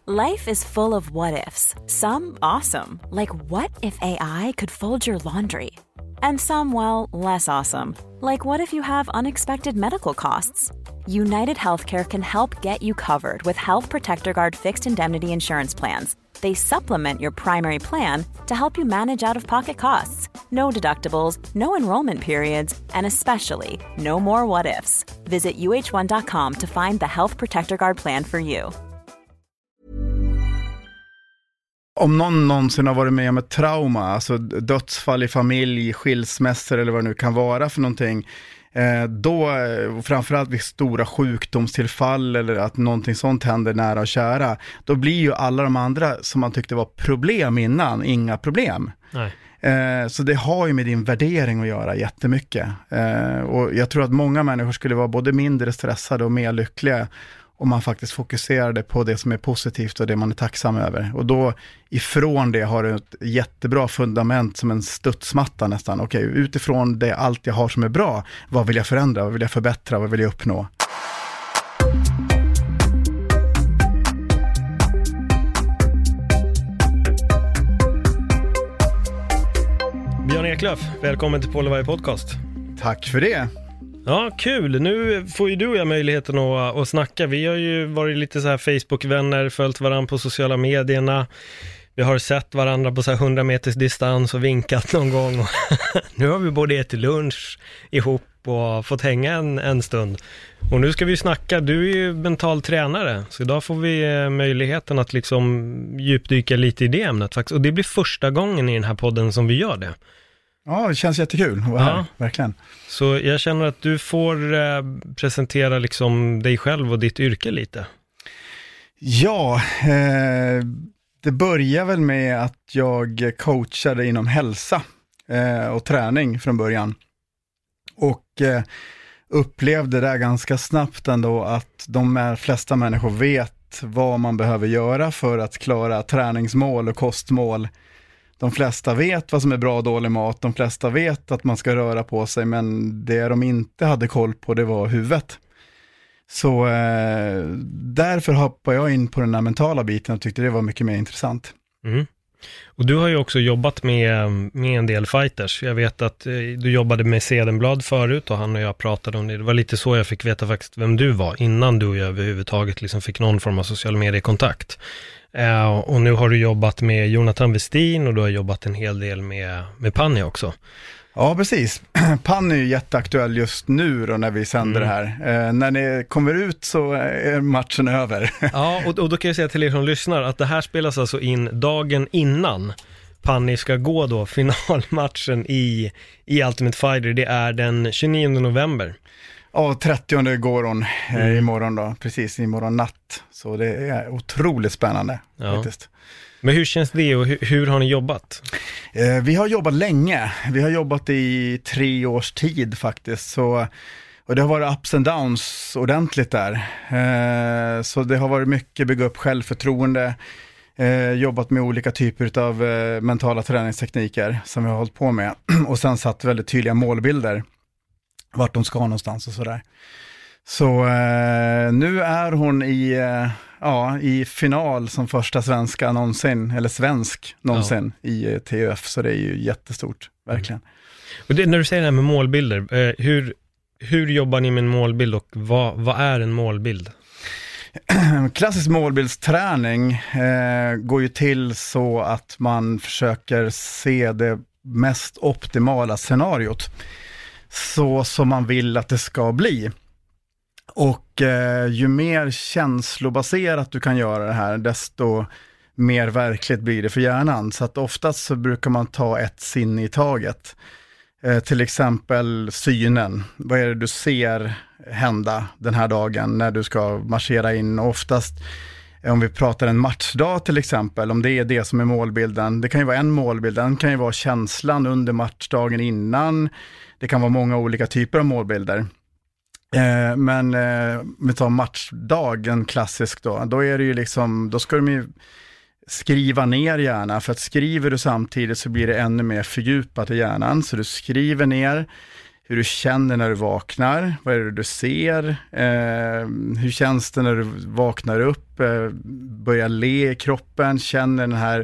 Life is full of what-ifs. Some awesome, like what if AI could fold your laundry? And some, well, less awesome, like what if you have unexpected medical costs? United Healthcare can help get you covered with Health Protector Guard fixed indemnity insurance plans. They supplement your primary plan to help you manage out-of-pocket costs. No deductibles, no enrollment periods, and especially no more what-ifs. Visit uh1.com to find the Health Protector Guard plan for you. Om någon någonsin har varit med om ett trauma, alltså dödsfall i familj, skilsmässor eller vad det nu kan vara för någonting, då framförallt vid stora sjukdomstillfall eller att någonting sånt händer nära och kära, då blir ju alla de andra som man tyckte var problem innan inga problem. Nej. Så det har ju med din värdering att göra jättemycket. Och jag tror att många människor skulle vara både mindre stressade och mer lyckliga om man faktiskt fokuserade på det som är positivt och det man är tacksam över. Och då ifrån det har du ett jättebra fundament som en studsmatta nästan. Okej, utifrån det allt jag har som är bra, vad vill jag förändra, vad vill jag förbättra, vad vill jag uppnå? Björn Eklöf, välkommen till Paul & Wire Podcast. Tack för det. Ja, kul. Nu får ju du och jag möjligheten att snacka. Vi har ju varit lite så här Facebook-vänner, följt varandra på sociala medierna. Vi har sett varandra på så här 100 meters distans och vinkat någon gång. Nu har vi både ätit lunch ihop och fått hänga en stund. Och nu ska vi snacka. Du är ju mental tränare, så idag får vi möjligheten att liksom djupdyka lite i det ämnet faktiskt. Och det blir första gången i den här podden som vi gör det. Ja, det känns jättekul att vara här, verkligen. Så jag känner att du får presentera liksom dig själv och ditt yrke lite. Ja, det börjar väl med att jag coachade inom hälsa och träning från början. Och upplevde det ganska snabbt ändå att de flesta människor vet vad man behöver göra för att klara träningsmål och kostmål. De flesta vet vad som är bra och dålig mat. De flesta vet att man ska röra på sig. Men det de inte hade koll på, det var huvudet. Så därför hoppade jag in på den här mentala biten och tyckte det var mycket mer intressant. Mm. Och du har ju också jobbat med en del fighters. Jag vet att du jobbade med Sedenblad förut och han och jag pratade om det. Det var lite så jag fick veta faktiskt vem du var innan du och jag överhuvudtaget liksom fick någon form av social mediekontakt. Och nu har du jobbat med Jonathan Westin och du har jobbat en hel del med Panny också. Ja, precis. Panny är ju jätteaktuell just nu då när vi sänder det här. När det kommer ut så är matchen över. Ja, och då kan jag säga till er som lyssnar att det här spelas alltså in dagen innan Panny ska gå då finalmatchen i Ultimate Fighter. Det är den 29 november. Ja, 30 går hon imorgon då, precis imorgon natt. Så det är otroligt spännande faktiskt. Men hur känns det och hur har ni jobbat? Vi har jobbat länge. Vi har jobbat i 3 års tid faktiskt. Så, och det har varit ups and downs ordentligt där. Så det har varit mycket bygga upp självförtroende. Jobbat med olika typer av mentala träningstekniker som vi har hållit på med. Och sen satt väldigt tydliga målbilder. Vart de ska någonstans och sådär. Så nu är hon i final som första svenska någonsin, eller svensk någonsin i TUF, så det är ju jättestort, verkligen. Och det, när du säger det här med målbilder, hur jobbar ni med en målbild och vad är en målbild? Klassisk målbildsträning går ju till så att man försöker se det mest optimala scenariot så som man vill att det ska bli. Och ju mer känslobaserat du kan göra det här, desto mer verkligt blir det för hjärnan. Så att oftast så brukar man ta ett sinne i taget. Till exempel synen. Vad är det du ser hända den här dagen när du ska marschera in? Och oftast, om vi pratar en matchdag till exempel, om det är det som är målbilden. Det kan ju vara en målbild, den kan ju vara känslan under matchdagen innan. Det kan vara många olika typer av målbilder. Men vi tar matchdagen klassisk då är det ju liksom, då ska de ju skriva ner gärna, för att skriver du samtidigt så blir det ännu mer fördjupat i hjärnan, så du skriver ner hur du känner när du vaknar, vad är det du ser, hur känns det när du vaknar upp, börjar le i kroppen, känner den här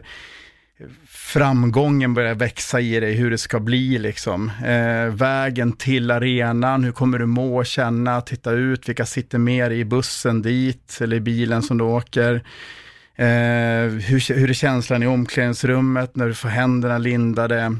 framgången börjar växa i dig, hur det ska bli liksom. Vägen till arenan, hur kommer du må och känna, titta ut, vilka sitter mer i bussen dit eller i bilen som du åker. Hur är känslan i omklädningsrummet när du får händerna lindade.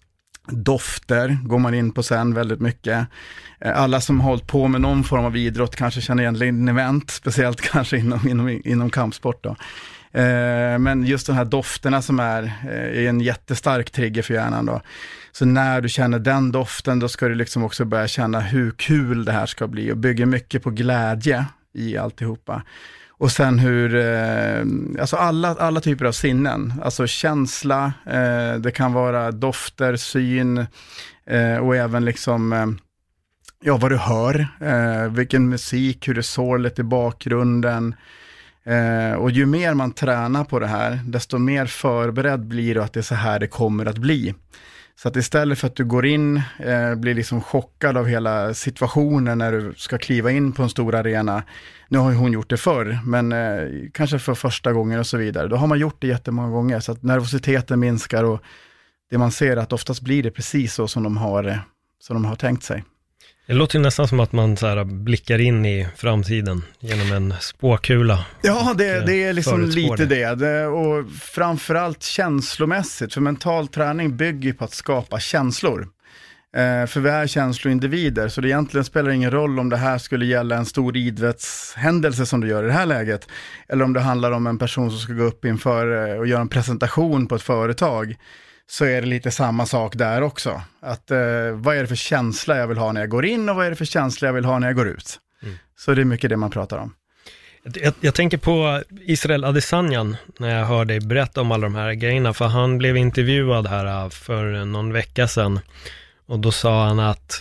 Dofter går man in på sen väldigt mycket. Alla som har hållit på med någon form av idrott kanske känner igen liniment, speciellt kanske inom kampsport då. Men just de här dofterna som är en jättestark trigger för hjärnan då. Så när du känner den doften, då ska du liksom också börja känna hur kul det här ska bli och bygga mycket på glädje i alltihopa. Och sen hur, alltså alla typer av sinnen, alltså känsla, det kan vara dofter, syn och även liksom, ja, vad du hör, vilken musik, hur det sorlet i bakgrunden. Och ju mer man tränar på det här, desto mer förberedd blir du att det är så här det kommer att bli. Så att istället för att du går in, blir liksom chockad av hela situationen när du ska kliva in på en stor arena. Nu har ju hon gjort det förr, men kanske för första gången och så vidare. Då har man gjort det jättemånga gånger, så att nervositeten minskar och det man ser att oftast blir det precis så som de har tänkt sig. Det låter ju nästan som att man så här blickar in i framtiden genom en spåkula. Ja, det är liksom lite det. Och framförallt känslomässigt. För mental träning bygger på att skapa känslor. För vi är känsloindivider, så det egentligen spelar ingen roll om det här skulle gälla en stor idrottshändelse som du gör i det här läget. Eller om det handlar om en person som ska gå upp inför och göra en presentation på ett företag. Så är det lite samma sak där också. Att vad är det för känsla jag vill ha när jag går in och vad är det för känsla jag vill ha när jag går ut. Så det är mycket det man pratar om. Jag tänker på Israel Adesanya när jag hör dig berätta om alla de här grejerna. För han blev intervjuad här för någon vecka sedan. Och då sa han att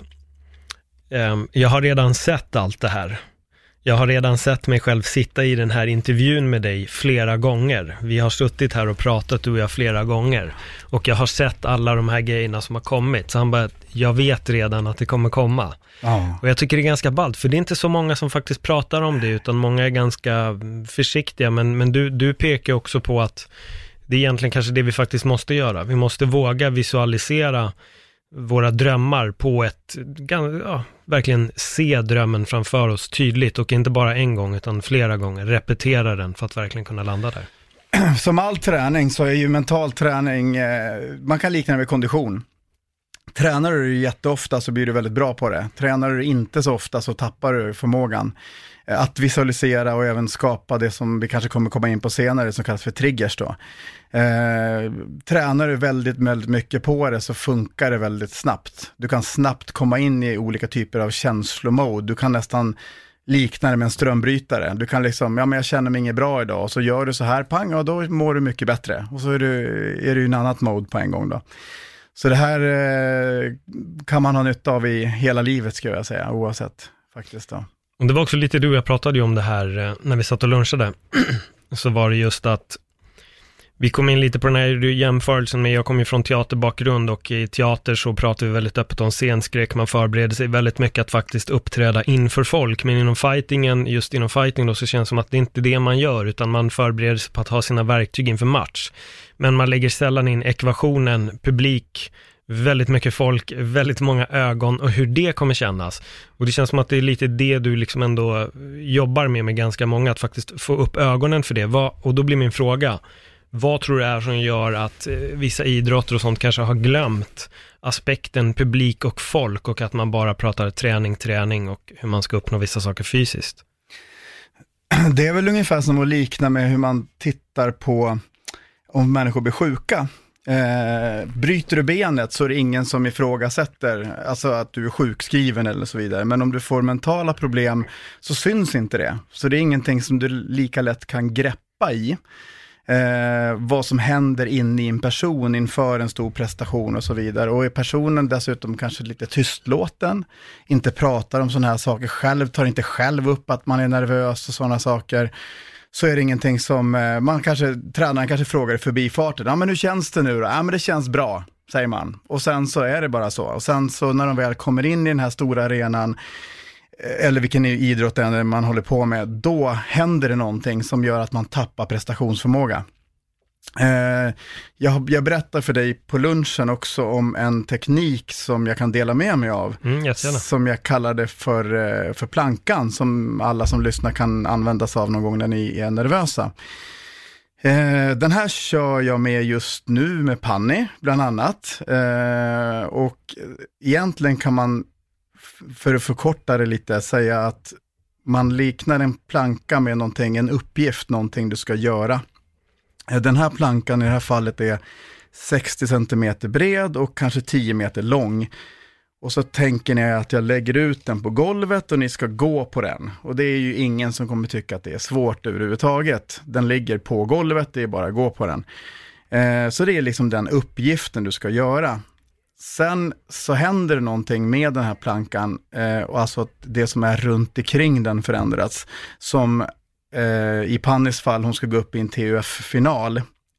jag har redan sett allt det här. Jag har redan sett mig själv sitta i den här intervjun med dig flera gånger. Vi har suttit här och pratat, du och jag, flera gånger. Och jag har sett alla de här grejerna som har kommit. Så han bara, jag vet redan att det kommer komma. Och jag tycker det är ganska ballt, för det är inte så många som faktiskt pratar om det, utan många är ganska försiktiga. Men du pekar också på att det är egentligen kanske det vi faktiskt måste göra. Vi måste våga visualisera våra drömmar på ett, verkligen se drömmen framför oss tydligt och inte bara en gång utan flera gånger, repetera den för att verkligen kunna landa där. Som all träning så är ju mental träning, man kan likna det med kondition. Tränar du jätteofta så blir du väldigt bra på det. Tränar du inte så ofta så tappar du förmågan att visualisera och även skapa det som vi kanske kommer komma in på senare som kallas för triggers då. Tränar du väldigt, väldigt mycket på det så funkar det väldigt snabbt. Du kan snabbt komma in i olika typer av känslomode. Du kan nästan likna det med en strömbrytare. Du kan liksom, men jag känner mig inget bra idag och så gör du så här, pang, och då mår du mycket bättre. Och så är du i en annat mode på en gång då. Så det här kan man ha nytta av i hela livet, ska jag säga, oavsett faktiskt då. Och det var också lite du och jag pratade ju om det här när vi satt och lunchade. Så var det just att vi kom in lite på den här jämförelsen med, jag kommer ju från teaterbakgrund och i teater så pratar vi väldigt öppet om scenskräck. Man förbereder sig väldigt mycket att faktiskt uppträda inför folk. Men inom fighting då så känns det som att det inte är det man gör, utan man förbereder sig på att ha sina verktyg inför match. Men man lägger sällan in ekvationen, publik, väldigt mycket folk, väldigt många ögon och hur det kommer kännas. Och det känns som att det är lite det du liksom ändå jobbar med ganska många, att faktiskt få upp ögonen för det. Och då blir min fråga, vad tror du är som gör att vissa idrotter och sånt kanske har glömt aspekten publik och folk och att man bara pratar träning och hur man ska uppnå vissa saker fysiskt? Det är väl ungefär som att likna med hur man tittar på om människor blir sjuka. Bryter du benet så är det ingen som ifrågasätter alltså att du är sjukskriven eller så vidare. Men om du får mentala problem så syns inte det. Så det är ingenting som du lika lätt kan greppa i. Vad som händer inne i en person inför en stor prestation och så vidare. Och är personen dessutom kanske lite tystlåten, inte pratar om sådana här saker själv, tar inte själv upp att man är nervös och sådana saker, så är det ingenting som tränaren kanske frågar i förbifarten. Ja, men hur känns det nu då? Ja, men det känns bra. säger man. Och sen så är det bara så. Och sen så när de väl kommer in i den här stora arenan, eller vilken idrott det är man håller på med, då händer det någonting som gör att man tappar prestationsförmåga. Jag berättar för dig på lunchen också om en teknik som jag kan dela med mig av, som jag kallade för plankan, som alla som lyssnar kan använda sig av någon gång när ni är nervösa. Den här kör jag med just nu med Panni bland annat, och egentligen kan man, för att förkorta det lite, säga att man liknar en planka med någonting, en uppgift, någonting du ska göra. Den här plankan i det här fallet är 60 cm bred och kanske 10 meter lång. Och så tänker ni att jag lägger ut den på golvet och ni ska gå på den. Och det är ju ingen som kommer tycka att det är svårt överhuvudtaget. Den ligger på golvet, det är bara att gå på den. Så det är liksom den uppgiften du ska göra. Sen så händer det någonting med den här plankan, och alltså att det som är runt omkring den förändras. Som i Pannis fall, hon ska gå upp i en TUF-final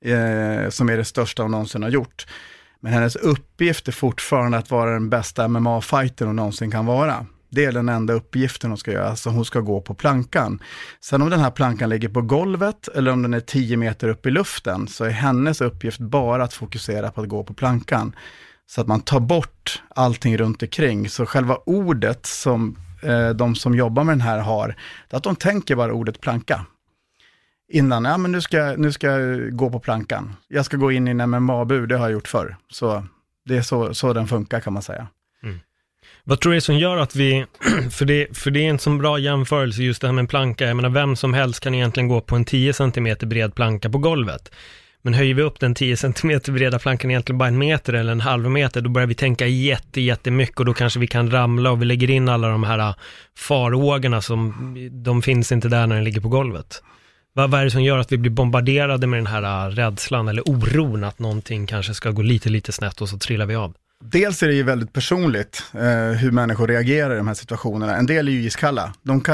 som är det största hon någonsin har gjort. Men hennes uppgift är fortfarande att vara den bästa MMA-fighter hon någonsin kan vara. Det är den enda uppgiften hon ska göra, så hon ska gå på plankan. Sen om den här plankan ligger på golvet eller om den är 10 meter upp i luften, så är hennes uppgift bara att fokusera på att gå på plankan. Så att man tar bort allting runt omkring. Så själva ordet som de som jobbar med den här har, att de tänker bara ordet planka. Innan, men nu ska jag gå på plankan. Jag ska gå in i en MMA-bur, det har jag gjort förr. Så det är så den funkar, kan man säga. Mm. Vad tror du är som gör att vi, för det är en så bra jämförelse just det här med en planka. Jag menar, vem som helst kan egentligen gå på en 10 cm bred planka på golvet. Men höjer vi upp den 10 cm breda plankan egentligen bara 1 meter eller en halv meter, då börjar vi tänka jättemycket, och då kanske vi kan ramla, och vi lägger in alla de här farhågorna som de finns inte där när den ligger på golvet. Vad är det som gör att vi blir bombarderade med den här rädslan eller oron att någonting kanske ska gå lite snett och så trillar vi av? Dels är det ju väldigt personligt hur människor reagerar i de här situationerna. En del är ju iskalla.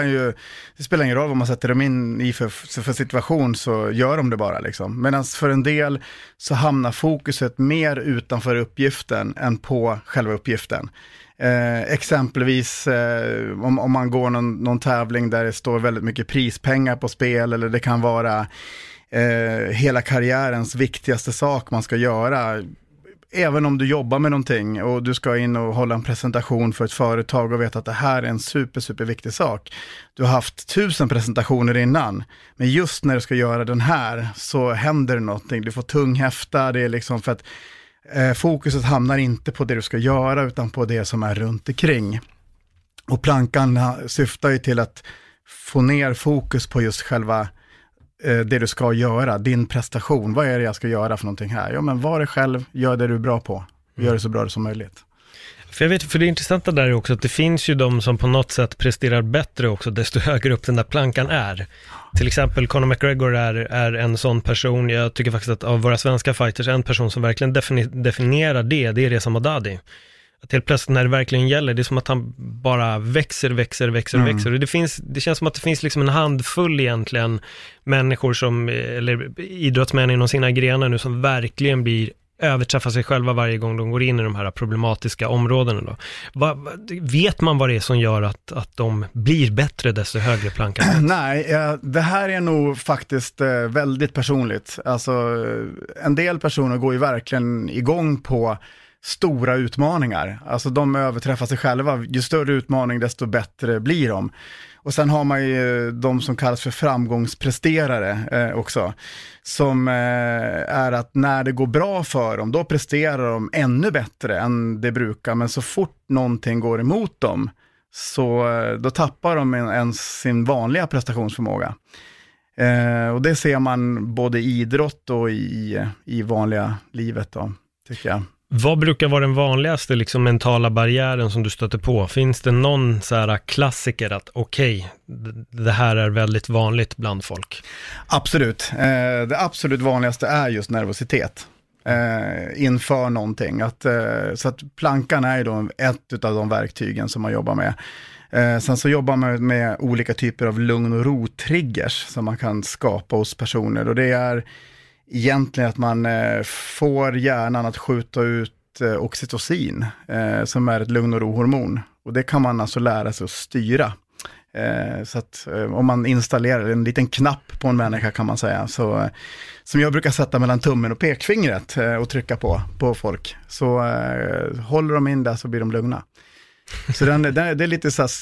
Det spelar ingen roll vad man sätter dem in i för situation, så gör de det bara liksom. Medan för en del så hamnar fokuset mer utanför uppgiften än på själva uppgiften. Exempelvis om man går någon tävling där det står väldigt mycket prispengar på spel, eller det kan vara hela karriärens viktigaste sak man ska göra. Även om du jobbar med någonting och du ska in och hålla en presentation för ett företag och vet att det här är en super viktig sak. Du har haft 1000 presentationer innan, men just när du ska göra den här så händer det någonting. Du får tunghäfta, det är liksom för att fokuset hamnar inte på det du ska göra utan på det som är runt omkring. Och plankan syftar ju till att få ner fokus på just själva det du ska göra, din prestation. Vad är det jag ska göra för någonting här? Ja, men var det själv, gör det du är bra på. Gör det så bra som möjligt. För det intressanta där är också att det finns ju de som på något sätt presterar bättre också desto högre upp den där plankan är. Till exempel Conor McGregor är en sån person. Jag tycker faktiskt att av våra svenska fighters, en person som verkligen definierar det är Reza Modadi. Att helt plötsligt när det verkligen gäller, det är som att han bara växer. Och det känns som att det finns liksom en handfull egentligen människor eller idrottsmän inom sina grenar nu som verkligen överträffar sig själva varje gång de går in i de här problematiska områdena då. Vet man vad det är som gör att de blir bättre desto högre plankan? Nej, det här är nog faktiskt väldigt personligt. Alltså, en del personer går ju verkligen igång på stora utmaningar. Alltså de överträffar sig själva. Ju större utmaning desto bättre blir de. Och sen har man ju de som kallas för framgångspresterare också. Som är att när det går bra för dem, då presterar de ännu bättre än det brukar. Men så fort någonting går emot dem, så då tappar de sin vanliga prestationsförmåga. Och det ser man både i idrott och i vanliga livet då, tycker jag. Vad brukar vara den vanligaste liksom, mentala barriären som du stöter på? Finns det någon så här klassiker att det här är väldigt vanligt bland folk? Absolut. Det absolut vanligaste är just nervositet inför någonting. Så att plankan är ju då ett av de verktygen som man jobbar med. Sen så jobbar man med olika typer av lugn- och ro-triggers som man kan skapa hos personer. Och det är egentligen att man får hjärnan att skjuta ut ut oxytocin som är ett lugn- och rohormon. Och det kan man alltså lära sig att styra. Så att om man installerar en liten knapp på en människa kan man säga, så, som jag brukar sätta mellan tummen och pekfingret och trycka på folk, så håller de in där så blir de lugna. Så det är lite så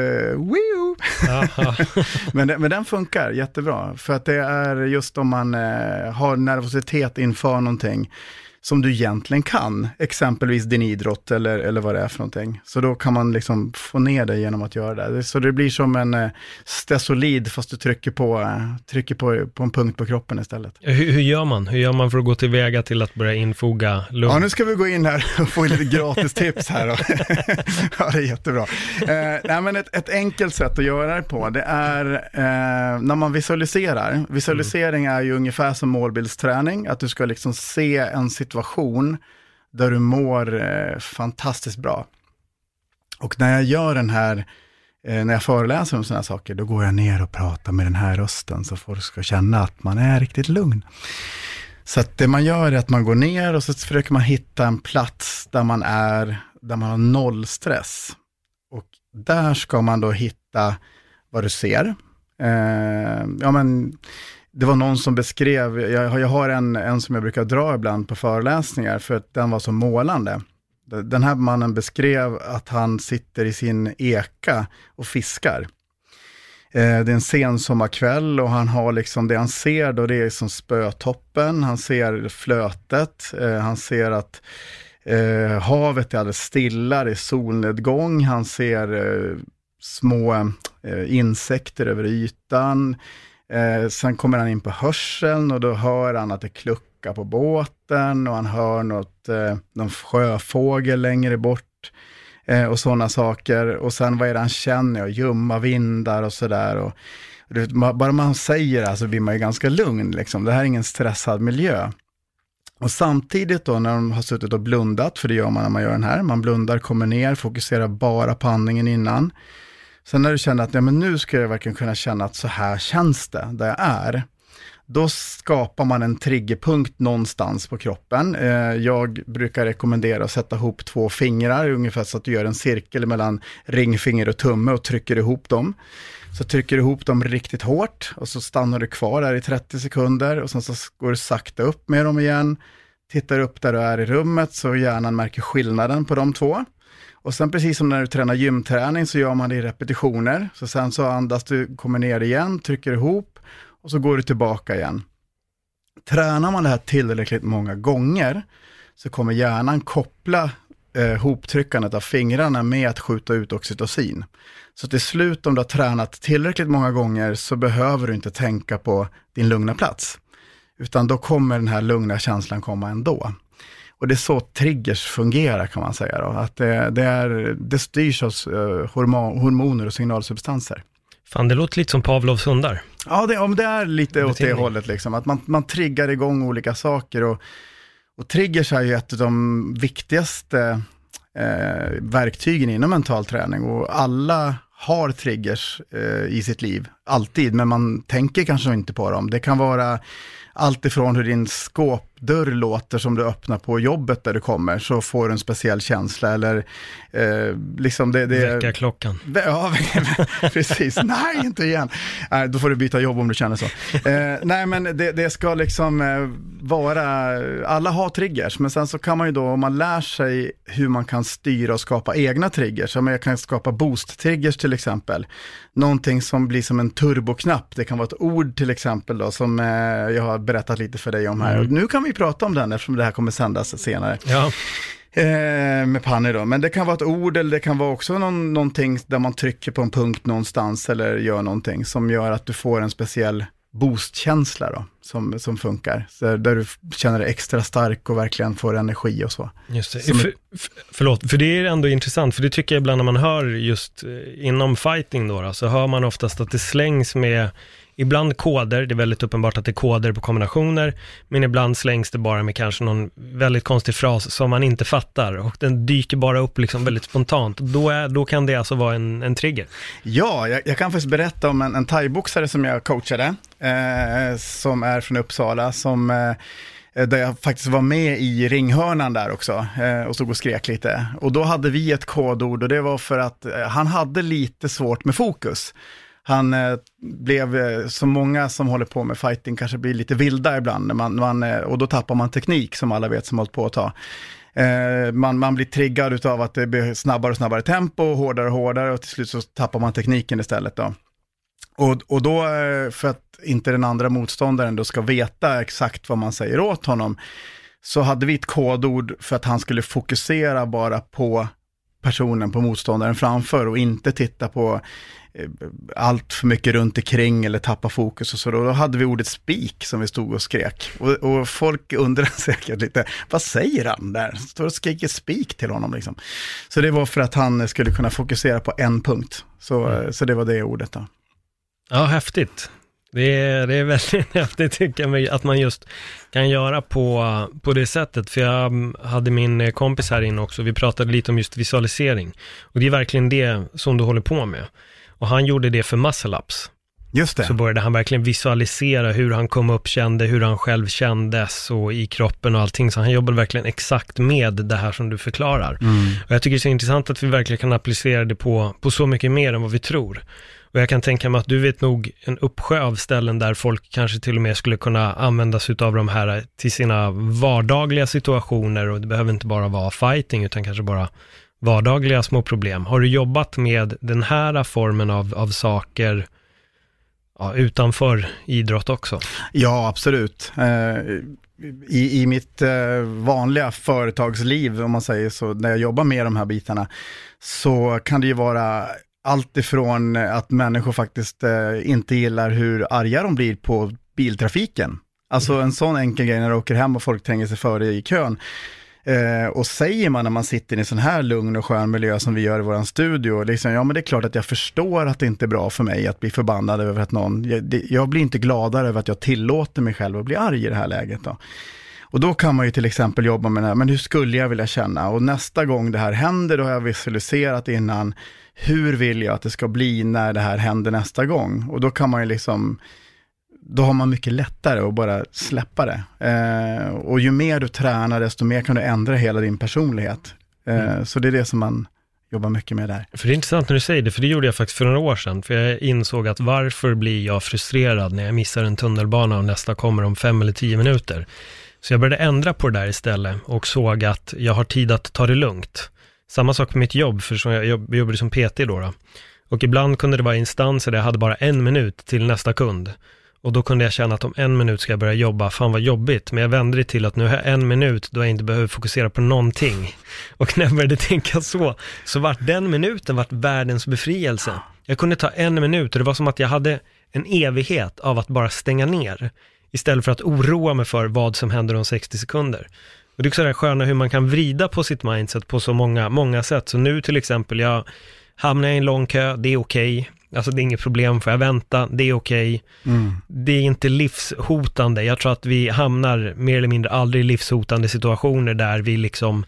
men den funkar jättebra, för att det är just om man har nervositet inför någonting som du egentligen kan, exempelvis din idrott eller vad det är för någonting. Så då kan man liksom få ner det genom att göra det. Så det blir som en stesolid fast du trycker på en punkt på kroppen istället. Hur gör man? Hur gör man för att gå tillväga till att börja infoga lugn? Ja, nu ska vi gå in här och få lite gratis tips här. Ja, det är jättebra. Nej, men ett enkelt sätt att göra det på, det är när man visualiserar. Visualisering är ju ungefär som målbildsträning, att du ska liksom se en situation där du mår fantastiskt bra. Och när jag gör den här, när jag föreläser om sådana här saker, då går jag ner och pratar med den här rösten så folk ska känna att man är riktigt lugn. Så att det man gör är att man går ner och så försöker man hitta en plats där man har noll stress. Och där ska man då hitta vad du ser. Det var någon som beskrev, jag har en som jag brukar dra ibland på föreläsningar för att den var så målande. Den här mannen beskrev att han sitter i sin eka och fiskar. Det är en sen sommarkväll och han har liksom det han ser då, det är som spötoppen, han ser flötet, han ser att havet är alldeles stilla, det är solnedgång, han ser små insekter över ytan. Sen kommer han in på hörseln och då hör han att det kluckar på båten och han hör någon sjöfågel längre bort och sådana saker. Och sen vad är det han känner, och ljumma vindar och sådär. Och bara man säger det här så blir man ju ganska lugn liksom. Det här är ingen stressad miljö. Och samtidigt då när de har suttit och blundat, för det gör man när man gör den här, man blundar, kommer ner, fokuserar bara på andningen innan. Sen när du känner att men nu ska jag verkligen kunna känna att så här känns det där jag är. Då skapar man en triggerpunkt någonstans på kroppen. Jag brukar rekommendera att sätta ihop 2 fingrar, ungefär så att du gör en cirkel mellan ringfinger och tumme och trycker ihop dem. Så trycker du ihop dem riktigt hårt och så stannar du kvar där i 30 sekunder och sen så går du sakta upp med dem igen. Tittar upp där du är i rummet så hjärnan märker skillnaden på de 2. Och sen precis som när du tränar gymträning så gör man det i repetitioner. Så sen så andas du, kommer ner igen, trycker ihop och så går du tillbaka igen. Tränar man det här tillräckligt många gånger så kommer hjärnan koppla hoptryckandet av fingrarna med att skjuta ut oxytocin. Så till slut om du har tränat tillräckligt många gånger så behöver du inte tänka på din lugna plats. Utan då kommer den här lugna känslan komma ändå. Och det är så triggers fungerar kan man säga då. Att det styrs av hormoner och signalsubstanser. Fan, det låter lite som Pavlovs hundar. Ja, det är lite åt det hållet liksom. Att man triggar igång olika saker. Och triggers är ju ett av de viktigaste verktygen inom mental träning. Och alla har triggers i sitt liv. Alltid, men man tänker kanske inte på dem. Det kan vara allt ifrån hur din skåpdörr låter som du öppnar på jobbet där du kommer, så får du en speciell känsla, eller liksom det väckarklockan. Ja, precis. Nej, inte igen. Då får du byta jobb om du känner så. Nej, men det ska liksom vara, alla har triggers, men sen så kan man ju då, om man lär sig hur man kan styra och skapa egna triggers, så man kan skapa boost-triggers till exempel. Någonting som blir som en turboknapp. Det kan vara ett ord till exempel då, som jag har berättat lite för dig om här. Och nu kan vi prata om den eftersom det här kommer sändas senare. Ja. Med Panny då. Men det kan vara ett ord, eller det kan vara också någonting där man trycker på en punkt någonstans eller gör någonting som gör att du får en speciell boostkänsla då, som funkar. Så där du känner dig extra stark och verkligen får energi och så. Just det. Förlåt, för det är ändå intressant, för det tycker jag ibland när man hör just inom fighting då, så hör man oftast att det slängs med ibland koder, det är väldigt uppenbart att det är koder på kombinationer, men ibland slängs det bara med kanske någon väldigt konstig fras som man inte fattar, och den dyker bara upp liksom väldigt spontant. Då kan det alltså vara en trigger. Ja, jag kan faktiskt berätta om en thaiboxare som jag coachade, som är från Uppsala, som där jag faktiskt var med i ringhörnan där också och stod och skrek lite. Och då hade vi ett kodord och det var för att han hade lite svårt med fokus. Han blev, som många som håller på med fighting kanske blir lite vilda ibland. Och då tappar man teknik som alla vet som hållit på att ta. Man blir triggad utav att det blir snabbare och snabbare tempo, hårdare och hårdare och till slut så tappar man tekniken istället då. Och då, för att inte den andra motståndaren då ska veta exakt vad man säger åt honom, så hade vi ett kodord för att han skulle fokusera bara på personen, på motståndaren framför och inte titta på allt för mycket runt omkring eller tappa fokus och så. Då hade vi ordet spik som vi stod och skrek. Och folk undrar säkert lite, vad säger han där? Står och skriker spik till honom liksom. Så det var för att han skulle kunna fokusera på en punkt. Så det var det ordet då. Ja, häftigt. Det är väldigt häftigt tycker jag att man just kan göra på det sättet. För jag hade min kompis här inne också. Vi pratade lite om just visualisering. Och det är verkligen det som du håller på med. Och han gjorde det för muscle-ups. Just det. Så började han verkligen visualisera hur han kom upp, kände hur han själv kändes och i kroppen och allting. Så han jobbade verkligen exakt med det här som du förklarar. Och jag tycker det är så intressant att vi verkligen kan applicera det på så mycket mer än vad vi tror. Och jag kan tänka mig att du vet nog en uppsjö av ställen där folk kanske till och med skulle kunna använda sig av de här till sina vardagliga situationer. Och det behöver inte bara vara fighting utan kanske bara vardagliga små problem. Har du jobbat med den här formen av saker utanför idrott också? Ja, absolut. I mitt vanliga företagsliv, om man säger så, när jag jobbar med de här bitarna, så kan det ju vara allt ifrån att människor faktiskt inte gillar hur arga de blir på biltrafiken. Alltså en sån enkel grej när du åker hem och folk tränger sig före i kön. Och säger man när man sitter i en sån här lugn och skön miljö som vi gör i våran studio, liksom, ja men det är klart att jag förstår att det inte är bra för mig att bli förbannad över att jag blir inte gladare över att jag tillåter mig själv att bli arg i det här läget då. Och då kan man ju till exempel jobba med det här, men hur skulle jag vilja känna? Och nästa gång det här händer, då har jag visualiserat innan, hur vill jag att det ska bli när det här händer nästa gång? Och då kan man ju liksom, då har man mycket lättare att bara släppa det. Och ju mer du tränar, desto mer kan du ändra hela din personlighet. Så det är det som man jobbar mycket med där. För det är intressant när du säger det, för det gjorde jag faktiskt för några år sedan. För jag insåg att varför blir jag frustrerad när jag missar en tunnelbana och nästa kommer om 5 eller 10 minuter? Så jag började ändra på det där istället och såg att jag har tid att ta det lugnt. Samma sak med mitt jobb, för jag jobbade som PT då. Och ibland kunde det vara instanser där jag hade bara 1 minut till nästa kund. Och då kunde jag känna att om 1 minut ska jag börja jobba, fan vad jobbigt. Men jag vände det till att nu har jag 1 minut då jag inte behöver fokusera på någonting. Och när jag började tänka så vart den minuten vart världens befrielse. Jag kunde ta 1 minut och det var som att jag hade en evighet av att bara stänga ner. Istället för att oroa mig för vad som händer om 60 sekunder. Och det är också det sköna hur man kan vrida på sitt mindset på så många sätt. Så nu till exempel, jag hamnar i en lång kö, det är okej. Alltså det är inget problem, får jag vänta, det är okej. Det är inte livshotande. Jag tror att vi hamnar mer eller mindre aldrig i livshotande situationer där vi liksom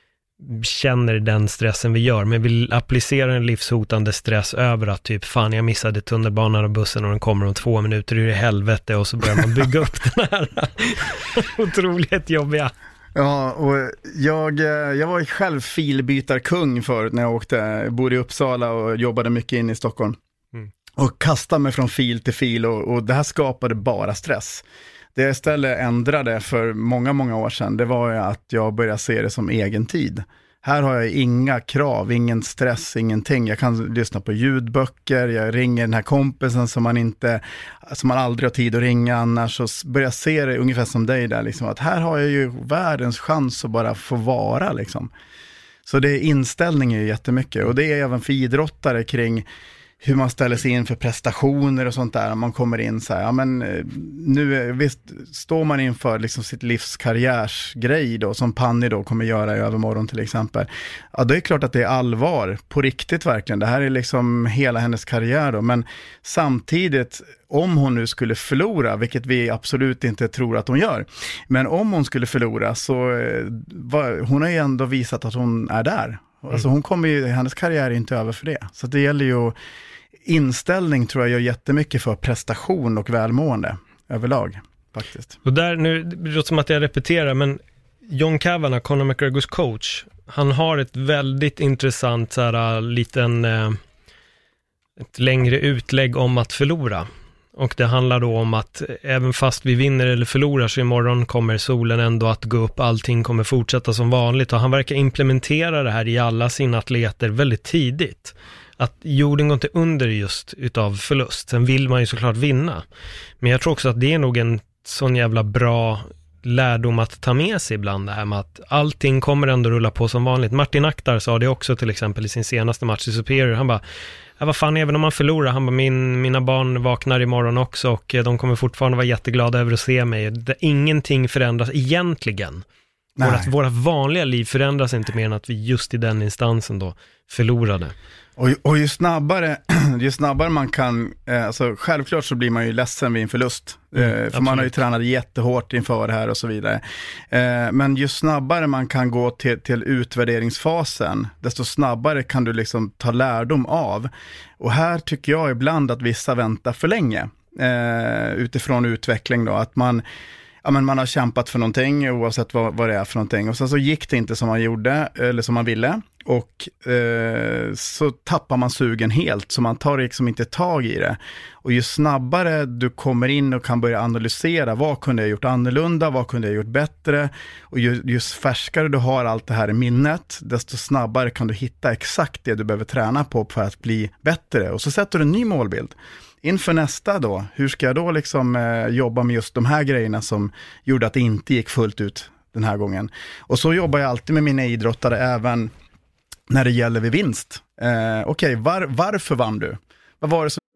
känner den stressen vi gör. Men vi applicerar en livshotande stress över att typ, fan jag missade tunnelbanan och bussen och den kommer om 2 minuter, hur i helvete, och så börjar man bygga upp den här otroligt jobbiga. Ja, och jag var själv filbytarkung förut när jag bodde i Uppsala och jobbade mycket in i Stockholm. Och kastade mig från fil till fil och det här skapade bara stress. Det jag istället ändrade för många år sedan, det var att jag började se det som egen tid. Här har jag inga krav, ingen stress, ingenting. Jag kan lyssna på ljudböcker, jag ringer den här kompisen som man aldrig har tid att ringa annars, och börjar se det ungefär som dig där, liksom, att här har jag ju världens chans att bara få vara liksom. Så det är inställning är jättemycket, och det är även för idrottare kring hur man ställer sig in för prestationer och sånt där. Man kommer in så här, ja men nu visst står man inför liksom sitt livskarriärsgrej då, som Panni då kommer göra i övermorgon till exempel. Ja, det är klart att det är allvar, på riktigt verkligen. Det här är liksom hela hennes karriär då, men samtidigt, om hon nu skulle förlora, vilket vi absolut inte tror att hon gör, men om hon skulle förlora så hon har ju ändå visat att hon är där. Alltså hon kommer ju, hennes karriär är inte över för det. Så det gäller ju, inställning tror jag gör jättemycket för prestation och välmående överlag. faktiskt. Och där, nu det låter som att jag repeterar, men John Kavanagh, Conor McGregors coach, han har ett väldigt intressant ett längre utlägg om att förlora. Och det handlar då om att även fast vi vinner eller förlorar så imorgon kommer solen ändå att gå upp, allting kommer fortsätta som vanligt. Och han verkar implementera det här i alla sina atleter väldigt tidigt. Att jorden går inte under just utav förlust. Sen vill man ju såklart vinna. Men jag tror också att det är nog en sån jävla bra lärdom att ta med sig ibland, det här med att allting kommer ändå rulla på som vanligt. Martin Akhtar sa det också till exempel i sin senaste match i Superior. Han bara, vad fan, även om man förlorar, han bara, mina barn vaknar imorgon också och de kommer fortfarande vara jätteglada över att se mig. Ingenting förändras egentligen. Våra vanliga liv förändras inte mer än att vi just i den instansen då förlorade. Och ju snabbare man kan, alltså självklart så blir man ju ledsen vid en förlust. För man har ju tränat jättehårt inför det här och så vidare. Men ju snabbare man kan gå till utvärderingsfasen, desto snabbare kan du liksom ta lärdom av. Och här tycker jag ibland att vissa väntar för länge utifrån utveckling då. Att man har kämpat för någonting oavsett vad det är för någonting. Och sen så gick det inte som man gjorde eller som man ville. Och så tappar man sugen helt, så man tar liksom inte tag i det. Och ju snabbare du kommer in och kan börja analysera, vad kunde jag gjort annorlunda, vad kunde jag gjort bättre, och ju färskare du har allt det här i minnet, desto snabbare kan du hitta exakt det du behöver träna på för att bli bättre. Och så sätter du en ny målbild. Inför nästa då, hur ska jag då liksom jobba med just de här grejerna som gjorde att det inte gick fullt ut den här gången. Och så jobbar jag alltid med mina idrottare även när det gäller vid vinst. Okej, varför vann du? Vad var det som...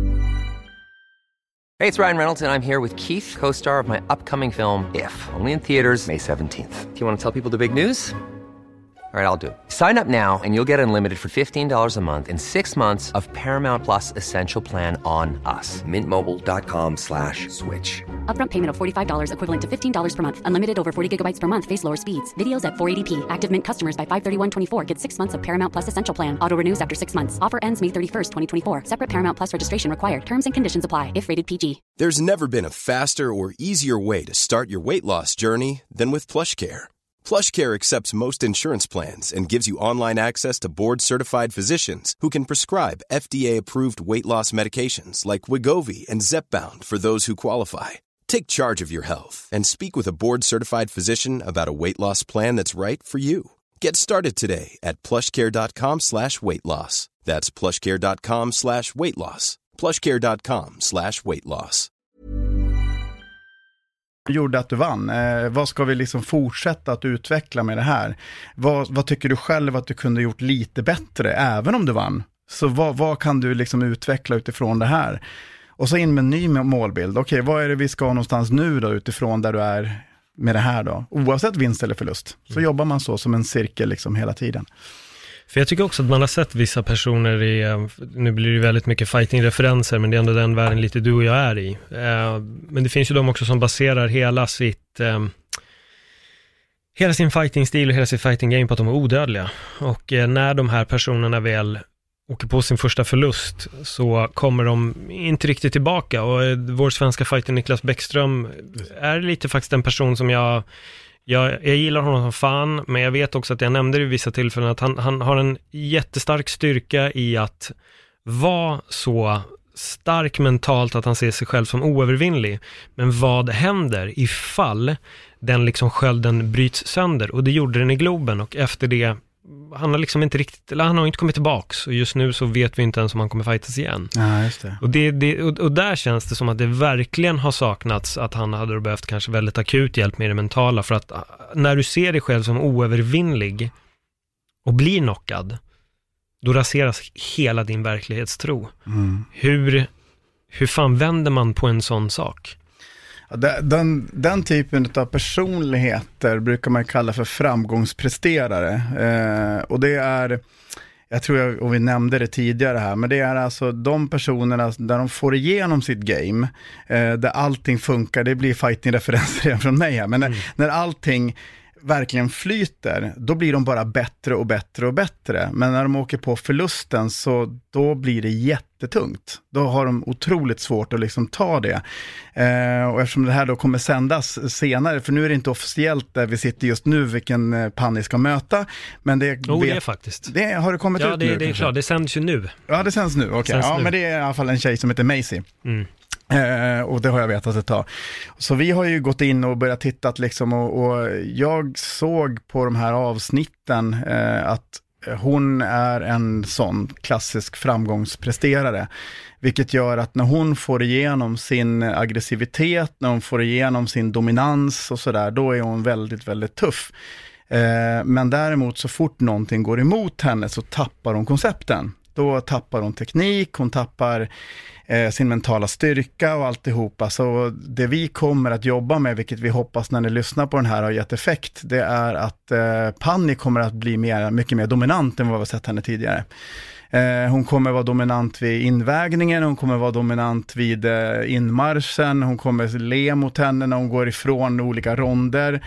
Hey, it's Ryan Reynolds and I'm here with Keith, co-star of my upcoming film, If, only in theaters May 17th. Do you want to tell people the big news? All right, I'll do it. Sign up now and you'll get unlimited for $15 a month and 6 months of Paramount Plus Essential Plan on us. MintMobile.com/switch. Upfront payment of $45 equivalent to $15 per month. Unlimited over 40 gigabytes per month. Face lower speeds. Videos at 480p. Active Mint customers by 531.24 get 6 months of Paramount Plus Essential Plan. Auto renews after 6 months. Offer ends May 31st, 2024. Separate Paramount Plus registration required. Terms and conditions apply if rated PG. There's never been a faster or easier way to start your weight loss journey than with PlushCare. PlushCare accepts most insurance plans and gives you online access to board-certified physicians who can prescribe FDA-approved weight loss medications like Wegovy and Zepbound for those who qualify. Take charge of your health and speak with a board-certified physician about a weight loss plan that's right for you. Get started today at plushcare.com/weightloss. That's plushcare.com/weightloss. plushcare.com/weightloss. Gjorde att du vann. Vad ska vi liksom fortsätta att utveckla med det här? Vad tycker du själv att du kunde gjort lite bättre även om du vann? Så vad kan du liksom utveckla utifrån det här? Och så in med en ny målbild. Okej, vad är det vi ska någonstans nu då utifrån där du är med det här då? Oavsett vinst eller förlust. Så jobbar man så som en cirkel liksom hela tiden. För jag tycker också att man har sett vissa personer nu blir det väldigt mycket fighting-referenser, men det är ändå den världen lite du och jag är i. Men det finns ju de också som baserar hela sin fighting-stil och hela sitt fighting-game på att de är odödliga. Och när de här personerna väl åker på sin första förlust så kommer de inte riktigt tillbaka. Och vår svenska fighter Niklas Bäckström är lite faktiskt en person som jag gillar honom som fan, men jag vet också att jag nämnde det i vissa tillfällen att han har en jättestark styrka i att vara så stark mentalt att han ser sig själv som oövervinnlig. Men vad händer ifall den liksom skölden bryts sönder? Och det gjorde den i Globen, och efter det han har liksom inte riktigt, eller han har inte kommit tillbaks, och just nu så vet vi inte ens om han kommer fightas igen. Ja, just det. Och där känns det som att det verkligen har saknats att han hade behövt kanske väldigt akut hjälp med det mentala, för att när du ser dig själv som oövervinnlig och blir knockad, då raseras hela din verklighetstro. Hur fan vänder man på en sån sak? Den typen av personligheter brukar man kalla för framgångspresterare. Och det är, jag tror och vi nämnde det tidigare här, men det är alltså de personerna där de får igenom sitt game, där allting funkar. Det blir fighting-referenser från mig här, men när allting verkligen flyter, då blir de bara bättre och bättre och bättre. Men när de åker på förlusten, så då blir det jättetungt. Då har de otroligt svårt att liksom ta det. Och eftersom det här då kommer sändas senare, för nu är det inte officiellt där vi sitter just nu vilken Panni ska möta. Men det det är faktiskt. Det har det kommit ut nu? Ja, det är klart. Det sänds ju nu. Ja, det sänds nu. Okej. Ja, men det är i alla fall en tjej som heter Maisie. Och det har jag vetat ett tag. Så vi har ju gått in och börjat titta liksom, och jag såg på de här avsnitten att hon är en sån klassisk framgångspresterare, vilket gör att när hon får igenom sin aggressivitet, när hon får igenom sin dominans och sådär, då är hon väldigt, väldigt tuff. Men däremot så fort någonting går emot henne så tappar hon koncepten. Då tappar hon teknik, hon tappar sin mentala styrka och alltihopa. Så det vi kommer att jobba med, vilket vi hoppas när ni lyssnar på den här har gett effekt, det är att Panni kommer att bli mycket mer dominant än vad vi har sett henne tidigare. Hon kommer vara dominant vid invägningen, hon kommer vara dominant vid inmarschen, hon kommer le mot henne när hon går ifrån olika ronder,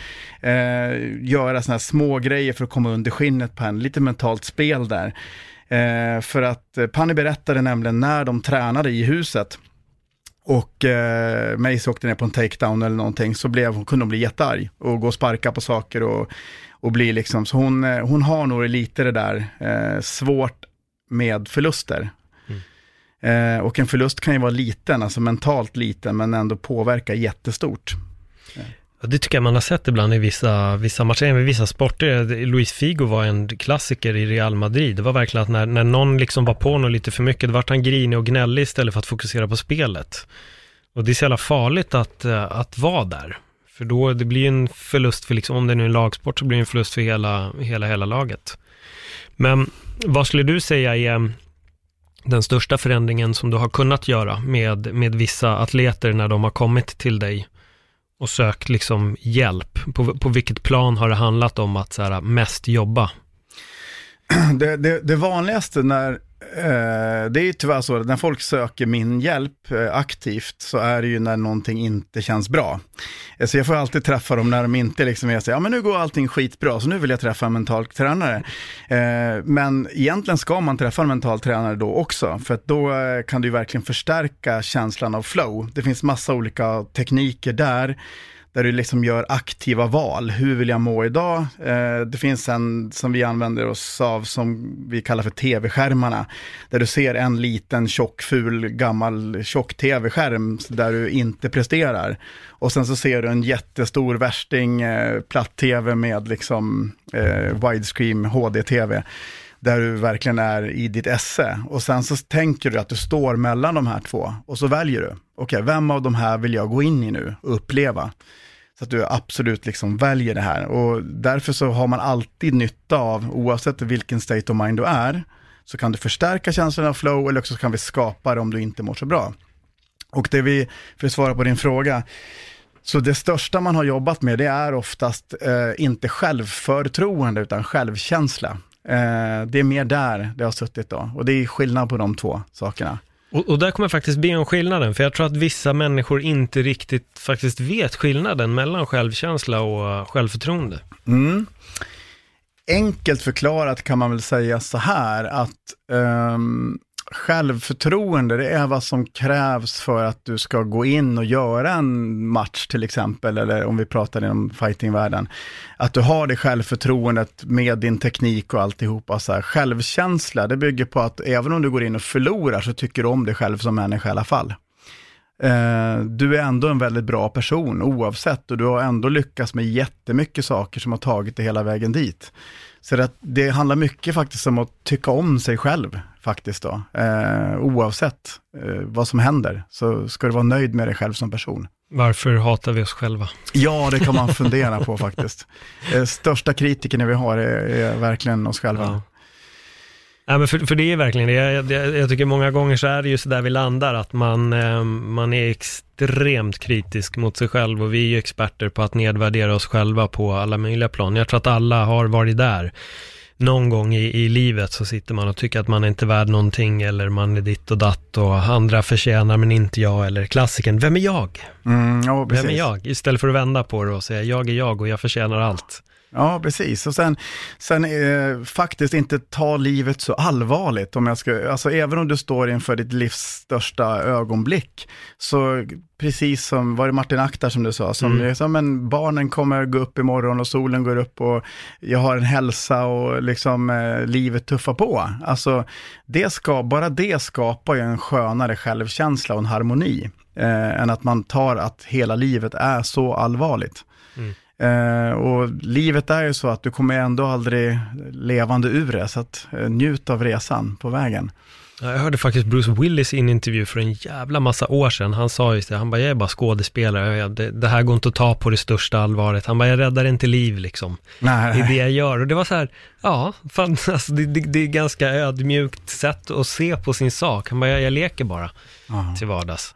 göra såna här små grejer för att komma under skinnet på henne, lite mentalt spel där. För att Panni berättade nämligen när de tränade i huset och Maisie åkte ner på en takedown eller någonting, så kunde hon bli jättearg och gå och sparka på saker och bli liksom, så hon har nog lite det där svårt med förluster. Och en förlust kan ju vara liten, alltså mentalt liten, men ändå påverka jättestort. Det tycker jag man har sett ibland i vissa matcher, i vissa sporter. Luis Figo var en klassiker i Real Madrid. Det var verkligen att när någon liksom var på något lite för mycket, då var han grinig och gnällig istället för att fokusera på spelet. Och det är så jävla farligt att vara där. För då det blir en förlust för, liksom, om det är en lagsport, så blir det en förlust för hela laget. Men vad skulle du säga är den största förändringen som du har kunnat göra med vissa atleter när de har kommit till dig och sökt liksom hjälp? På vilket plan har det handlat om att så här, mest jobba? Det vanligaste det är ju tyvärr så att när folk söker min hjälp aktivt, så är det ju när någonting inte känns bra. Så jag får alltid träffa dem när de inte liksom är så, ja men nu går allting skitbra, så nu vill jag träffa en mental tränare. Men egentligen ska man träffa en mental tränare då också, för att då kan du verkligen förstärka känslan av flow. Det finns massa olika tekniker där du liksom gör aktiva val. Hur vill jag må idag? Det finns en som vi använder oss av som vi kallar för tv-skärmarna. Där du ser en liten tjock, ful, gammal tjock tv-skärm där du inte presterar. Och sen så ser du en jättestor värsting platt-tv med liksom widescreen HD-tv. Där du verkligen är i ditt esse. Och sen så tänker du att du står mellan de här två. Och så väljer du. Okej, vem av de här vill jag gå in i nu och uppleva? Så att du absolut liksom väljer det här. Och därför så har man alltid nytta av, oavsett vilken state of mind du är, så kan du förstärka känslan av flow, eller också kan vi skapa det om du inte mår så bra. Och för att svara på din fråga, så det största man har jobbat med, det är oftast inte självförtroende utan självkänsla. Det är mer där det har suttit då. Och det är skillnad på de två sakerna. Och där kommer jag faktiskt be om skillnaden. För jag tror att vissa människor inte riktigt faktiskt vet skillnaden mellan självkänsla och självförtroende. Enkelt förklarat kan man väl säga så här att självförtroende, det är vad som krävs för att du ska gå in och göra en match till exempel, eller om vi pratar inom fightingvärlden, att du har det självförtroendet med din teknik och alltihopa. Så här, självkänsla, det bygger på att även om du går in och förlorar, så tycker du om dig själv som människa i alla fall. Du är ändå en väldigt bra person oavsett, och du har ändå lyckats med jättemycket saker som har tagit dig hela vägen dit. Så det handlar mycket faktiskt om att tycka om sig själv faktiskt då. Oavsett vad som händer, så ska du vara nöjd med dig själv som person. Varför hatar vi oss själva? Ja, det kan man fundera på faktiskt. Största kritiken vi har är verkligen oss själva. Ja. Ja, men för det är verkligen det. Jag tycker många gånger så är det ju så där vi landar, att man är extremt kritisk mot sig själv, och vi är ju experter på att nedvärdera oss själva på alla möjliga plan. Jag tror att alla har varit där. Någon gång i livet så sitter man och tycker att man är inte värd någonting, eller man är ditt och datt och andra förtjänar men inte jag, eller klassiken, vem är jag? Ja, vem är jag? Istället för att vända på det och säga jag är jag och jag förtjänar allt. Ja, precis. Och sen faktiskt inte ta livet så allvarligt. Alltså även om du står inför ditt livs största ögonblick, så precis som, var det Martin Akhtar som du sa, men barnen kommer gå upp imorgon och solen går upp och jag har en hälsa och liksom livet tuffar på. Alltså bara det skapar ju en skönare självkänsla och en harmoni än att man tar att hela livet är så allvarligt. Och livet är ju så att du kommer ändå aldrig levande ur det, så att njut av resan på vägen. Jag hörde faktiskt Bruce Willis i en intervju för en jävla massa år sedan. Han sa just det, han bara, jag är bara skådespelare, det här går inte att ta på det största allvaret. Han bara, jag räddar inte liv liksom. Nej. Det är det jag gör. Och det var så här, ja, fan, alltså, det är ganska ödmjukt sätt att se på sin sak. Han bara, jag leker bara till vardags.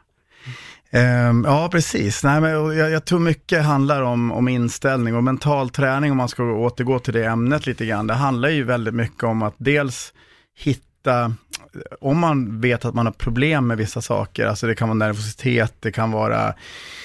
Ja, precis. Nej, men jag tror mycket handlar om inställning och mental träning, om man ska återgå till det ämnet lite grann. Det handlar ju väldigt mycket om att dels hitta, om man vet att man har problem med vissa saker, alltså det kan vara nervositet, det kan vara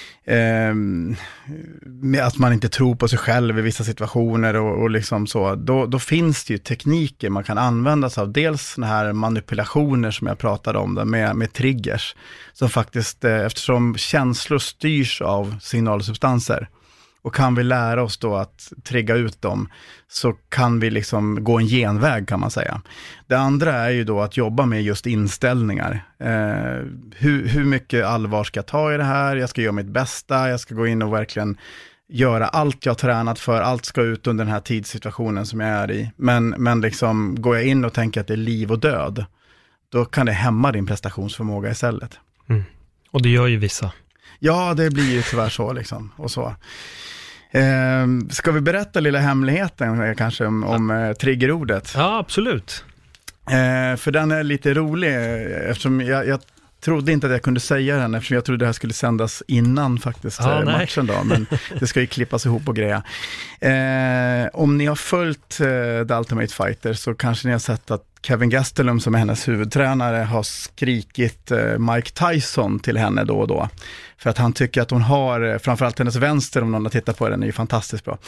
att man inte tror på sig själv i vissa situationer och liksom så, då finns det ju tekniker man kan använda sig av. Dels såna här manipulationer som jag pratade om där, med triggers, som faktiskt, eftersom känslor styrs av signalsubstanser, och kan vi lära oss då att trigga ut dem, så kan vi liksom gå en genväg, kan man säga. Det andra är ju då att jobba med just inställningar. Hur mycket allvar ska jag ta i det här? Jag ska göra mitt bästa, jag ska gå in och verkligen göra allt jag har tränat för, allt ska ut under den här tidssituationen som jag är i. Men liksom, går jag in och tänker att det är liv och död, då kan det hämma din prestationsförmåga istället. Och det gör ju vissa. Ja, det blir ju tyvärr så liksom, och så. Ska vi berätta lilla hemligheten kanske om triggerordet? Ja, absolut. För den är lite rolig, eftersom jag trodde inte att jag kunde säga den, eftersom jag trodde det här skulle sändas innan faktiskt matchen då, men det ska ju klippas ihop och greja. Om ni har följt The Ultimate Fighter, så kanske ni har sett att Kevin Gastelum, som är hennes huvudtränare, har skrikit Mike Tyson till henne då och då. För att han tycker att hon har, framförallt hennes vänster, om någon har tittat på den, är ju fantastiskt bra.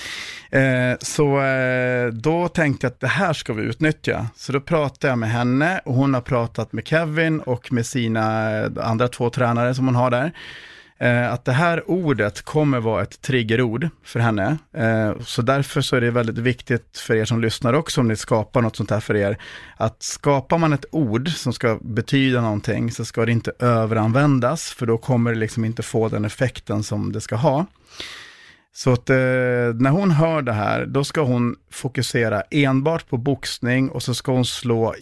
Så då tänkte jag att det här ska vi utnyttja. Så då pratade jag med henne, och hon har pratat med Kevin och med sina andra 2 tränare som hon har där. Att det här ordet kommer vara ett triggerord för henne. Så därför så är det väldigt viktigt för er som lyssnar också, om ni skapar något sånt här för er, att skapar man ett ord som ska betyda någonting, så ska det inte överanvändas, för då kommer det liksom inte få den effekten som det ska ha. Så att när hon hör det här, då ska hon fokusera enbart på boxning, och så ska hon slå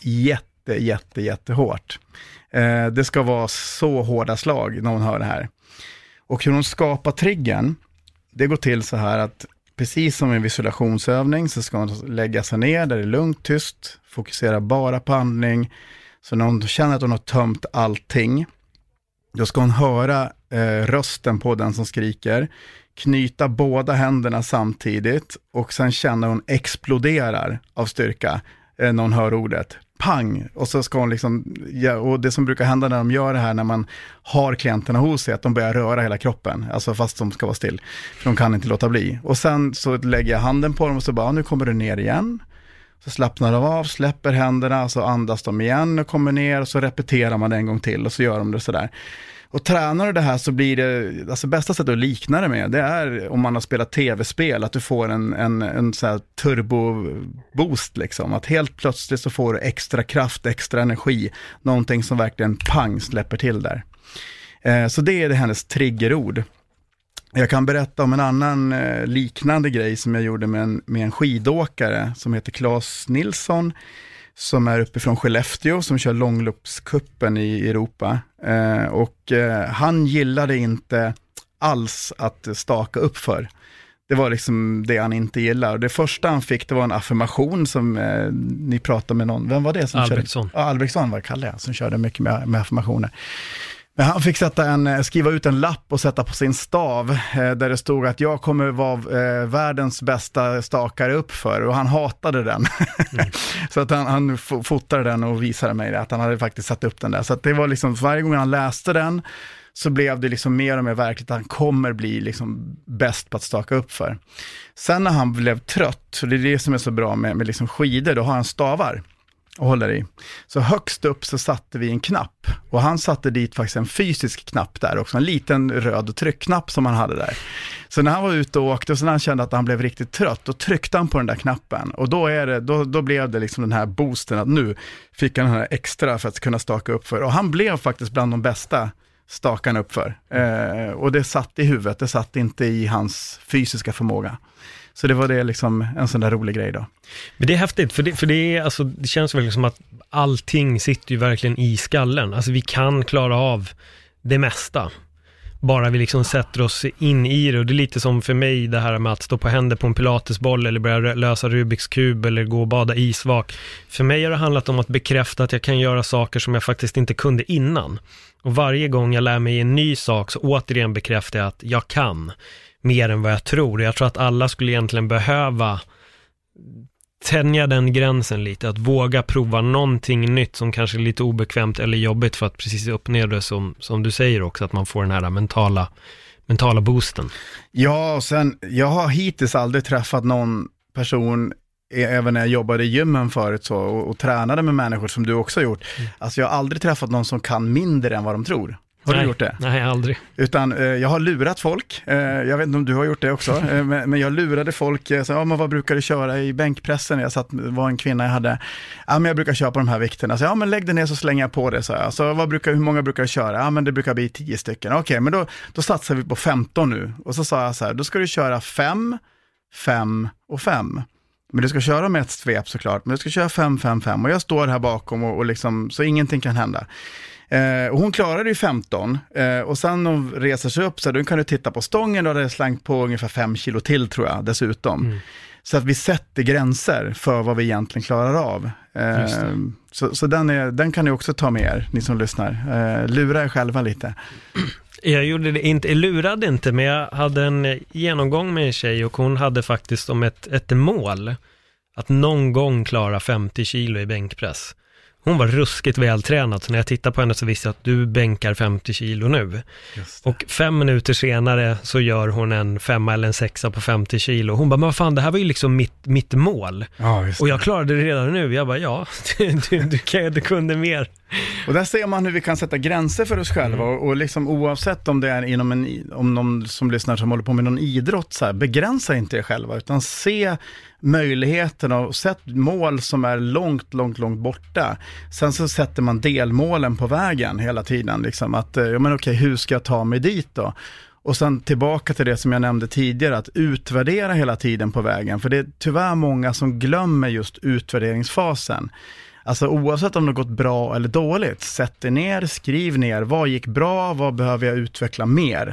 jättehårt. Det ska vara så hårda slag när hon hör det här. Och hur hon skapar triggern, det går till så här att precis som en visualisationsövning, så ska hon lägga sig ner där det är lugnt, tyst, fokusera bara på andning. Så när hon känner att hon har tömt allting, då ska hon höra rösten på den som skriker, knyta båda händerna samtidigt, och sen känna hon exploderar av styrka när hon hör ordet. Pang! Och så ska hon liksom, och det som brukar hända när de gör det här, när man har klienterna hos sig, att de börjar röra hela kroppen, alltså fast de ska vara still, för de kan inte låta bli. Och sen så lägger jag handen på dem och så bara, nu kommer du ner igen. Så slappnar de av, släpper händerna, så andas de igen och kommer ner, och så repeterar man det en gång till, och så gör de det sådär. Och tränar du det här, så blir det, alltså bästa sättet att likna det med, det är om man har spelat tv-spel, att du får en så här turbo-boost liksom, att helt plötsligt så får du extra kraft, extra energi, någonting som verkligen pang släpper till där. Så det är hennes triggerord. Jag kan berätta om en annan liknande grej som jag gjorde med en skidåkare som heter Claes Nilsson, som är uppifrån Skellefteå, som kör långloppskuppen i Europa. Och han gillade inte alls att staka upp för. Det var liksom det han inte gillar. Och det första han fick, det var en affirmation som ni pratade med någon. Vem var det som Albrektsson. körde? Ja, Albrektsson var Kalle, som körde mycket med affirmationer. Men han fick skriva ut en lapp och sätta på sin stav där det stod att jag kommer vara världens bästa stakare uppför, och han hatade den. Så att han fotade den och visade mig att han hade faktiskt satt upp den där. Så att det var liksom, varje gång han läste den, så blev det liksom mer och mer verkligt att han kommer bli liksom bäst på att staka upp för. Sen när han blev trött, och det är det som är så bra med liksom skidor, då har han stavar och håller i. Så högst upp så satte vi en knapp, och han satte dit faktiskt en fysisk knapp där också, en liten röd tryckknapp som han hade där. Så när han var ute och åkte, och sen när han kände att han blev riktigt trött, då tryckte han på den där knappen, och då blev det liksom den här boosten att nu fick han den här extra för att kunna staka upp för, och han blev faktiskt bland de bästa stakarna upp för. Och det satt i huvudet, det satt inte i hans fysiska förmåga. Så det var det liksom en sån där rolig grej då. Men det är häftigt, för det är alltså, det känns väl som att allting sitter ju verkligen i skallen. Alltså vi kan klara av det mesta. Bara vi liksom sätter oss in i det. Och det är lite som för mig det här med att stå på händer på en pilatesboll eller börja lösa Rubiks kub eller gå och bada isvak. För mig har det handlat om att bekräfta att jag kan göra saker som jag faktiskt inte kunde innan. Och varje gång jag lär mig en ny sak så återigen bekräftar jag att jag kan mer än vad jag tror. Jag tror att alla skulle egentligen behöva tänja den gränsen lite, att våga prova någonting nytt som kanske är lite obekvämt eller jobbigt, för att precis uppnå det som du säger också, att man får den här mentala boosten. Ja, och sen jag har hittills aldrig träffat någon person, även när jag jobbade i gymmen förut så, och tränade med människor som du också har gjort. Alltså jag har aldrig träffat någon som kan mindre än vad de tror. Har du gjort det? Nej, aldrig. Utan jag har lurat folk. Jag vet inte om du har gjort det också. Men jag lurade folk. Så, men vad brukar du köra i bänkpressen? Var en kvinna jag hade. Ja, men jag brukar köra på de här vikterna. Så, ja, men lägg det ner så slänger jag på det. Så, så hur många brukar du köra? Ja, men det brukar bli 10 stycken. Okej, men då satsar vi på 15 nu. Och så sa jag så här, då ska du köra 5, 5 och 5. Men du ska köra med ett svep såklart. Men du ska köra 5, 5, 5. Och jag står här bakom och liksom, så ingenting kan hända. Och hon klarade ju 15 och sen hon reser sig upp så då kan du titta på stången, och det är slängt på ungefär 5 kilo till tror jag dessutom. Så att vi sätter gränser för vad vi egentligen klarar av. Så den kan ni också ta med er, ni som lyssnar. Lura er själva lite. Jag gjorde det inte, jag lurade inte, men jag hade en genomgång med en tjej, och hon hade faktiskt om ett mål att någon gång klara 50 kilo i bänkpress. Hon var ruskigt vältränad, så när jag tittade på henne så visste jag att du bänkar 50 kilo nu. Och 5 minuter senare så gör hon en 5 eller en 6 på 50 kilo. Hon bara, men vad fan, det här var ju liksom mitt mål. Ja, och jag klarade det redan nu. Jag bara, ja, du kunde mer. Och där ser man hur vi kan sätta gränser för oss själva, och liksom oavsett om det är om någon som lyssnar som håller på med någon idrott så här, begränsa inte er själva, utan se möjligheterna och sätt mål som är långt borta. Sen så sätter man delmålen på vägen hela tiden liksom, att ja men okej, hur ska jag ta mig dit då? Och sen tillbaka till det som jag nämnde tidigare, att utvärdera hela tiden på vägen, för det är tyvärr många som glömmer just utvärderingsfasen. Alltså oavsett om det har gått bra eller dåligt, sätt er ner, skriv ner, vad gick bra, vad behöver jag utveckla mer?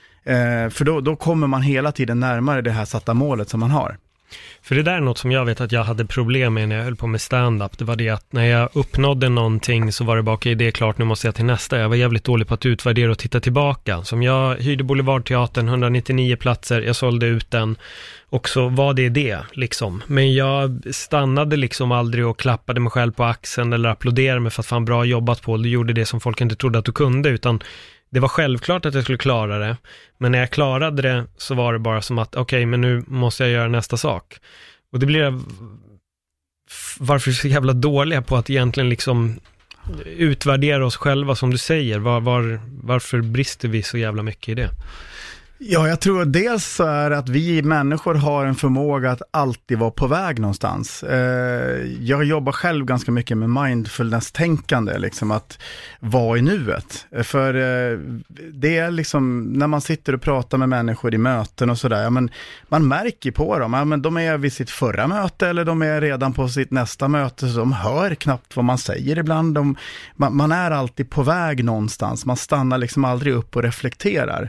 För då kommer man hela tiden närmare det här satta målet som man har. För det där är något som jag vet att jag hade problem med när jag höll på med stand-up. Det var det att när jag uppnådde någonting så var det bara, okej, det är klart, nu måste jag till nästa. Jag var jävligt dålig på att utvärdera och titta tillbaka. Som jag hyrde Boulevardteatern, 199 platser, jag sålde ut den. Och så var det liksom. Men jag stannade liksom aldrig och klappade mig själv på axeln eller applåderade mig för att fan bra jobbat på. Du gjorde det som folk inte trodde att du kunde, utan det var självklart att jag skulle klara det. Men när jag klarade det så var det bara som att okej, men nu måste jag göra nästa sak. Och det blir varför är vi så jävla dåliga på att egentligen liksom utvärdera oss själva, som du säger. Varför brister vi så jävla mycket i det? Ja, jag tror att dels så är att vi människor har en förmåga att alltid vara på väg någonstans. Jag jobbar själv ganska mycket med mindfulness-tänkande, liksom att vara i nuet. För det är liksom, när man sitter och pratar med människor i möten och sådär, ja, men man märker på dem, ja, men de är vid sitt förra möte eller de är redan på sitt nästa möte, så de hör knappt vad man säger ibland. Man är alltid på väg någonstans, man stannar liksom aldrig upp och reflekterar.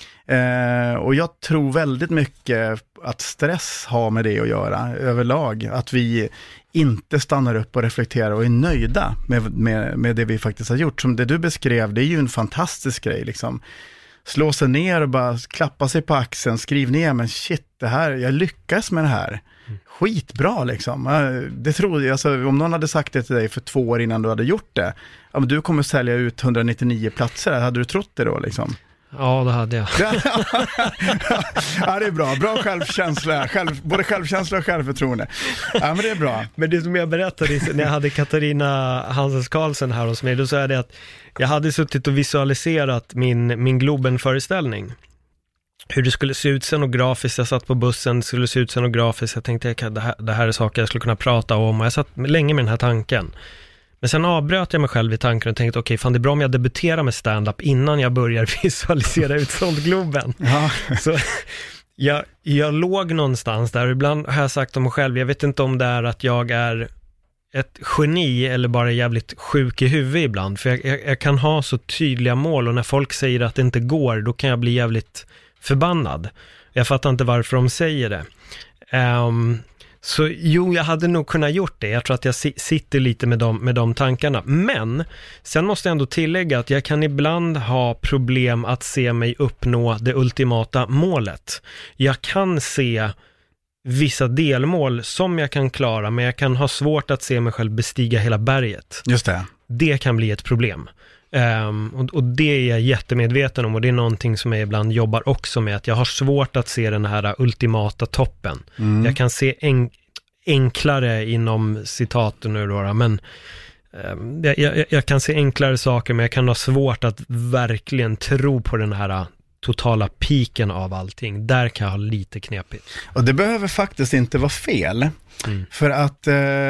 Och jag tror väldigt mycket att stress har med det att göra överlag, att vi inte stannar upp och reflekterar och är nöjda med det vi faktiskt har gjort. Som det du beskrev, det är ju en fantastisk grej liksom. slå sig ner och bara klappa sig på axeln, skriv ner, men shit, det här, jag lyckas med det här. Skitbra liksom. Det tror jag, alltså, om någon hade sagt det till dig för 2 år innan du hade gjort det, ja, men du kommer sälja ut 199 platser, hade du trott det då liksom? Ja, det hade jag. Ja, det är bra. Bra självkänsla. Både självkänsla och självförtroende. Ja, men det är bra. Men det som jag berättade när jag hade Katarina Hanses Karlsson här hos mig, då sa jag det att jag hade suttit och visualiserat min Globen-föreställning. Hur det skulle se ut scenografiskt. Jag satt på bussen, det skulle se ut scenografiskt. Jag tänkte det här är saker jag skulle kunna prata om. Och jag satt länge med den här tanken. Men sen avbröt jag mig själv i tanken och tänkte okej, fan det är bra om jag debuterar med stand-up innan jag börjar visualisera utsåld Globen. Ja. Så jag låg någonstans där, och ibland har jag sagt om mig själv, jag vet inte om det är att jag är ett geni eller bara jävligt sjuk i huvudet ibland, för jag kan ha så tydliga mål, och när folk säger att det inte går, då kan jag bli jävligt förbannad. Jag fattar inte varför de säger det. Så jo, jag hade nog kunnat gjort det. Jag tror att jag sitter lite med de tankarna. Men sen måste jag ändå tillägga att jag kan ibland ha problem att se mig uppnå det ultimata målet. Jag kan se vissa delmål som jag kan klara, men jag kan ha svårt att se mig själv bestiga hela berget. Just det. Det kan bli ett problem. Och det är jag jättemedveten om, och det är någonting som jag ibland jobbar också med, att jag har svårt att se den här ultimata toppen. Jag kan se enklare inom citaten nu då, men jag kan se enklare saker, men jag kan ha svårt att verkligen tro på den här totala piken av allting. Där kan jag ha lite knepigt. Och det behöver faktiskt inte vara fel, för att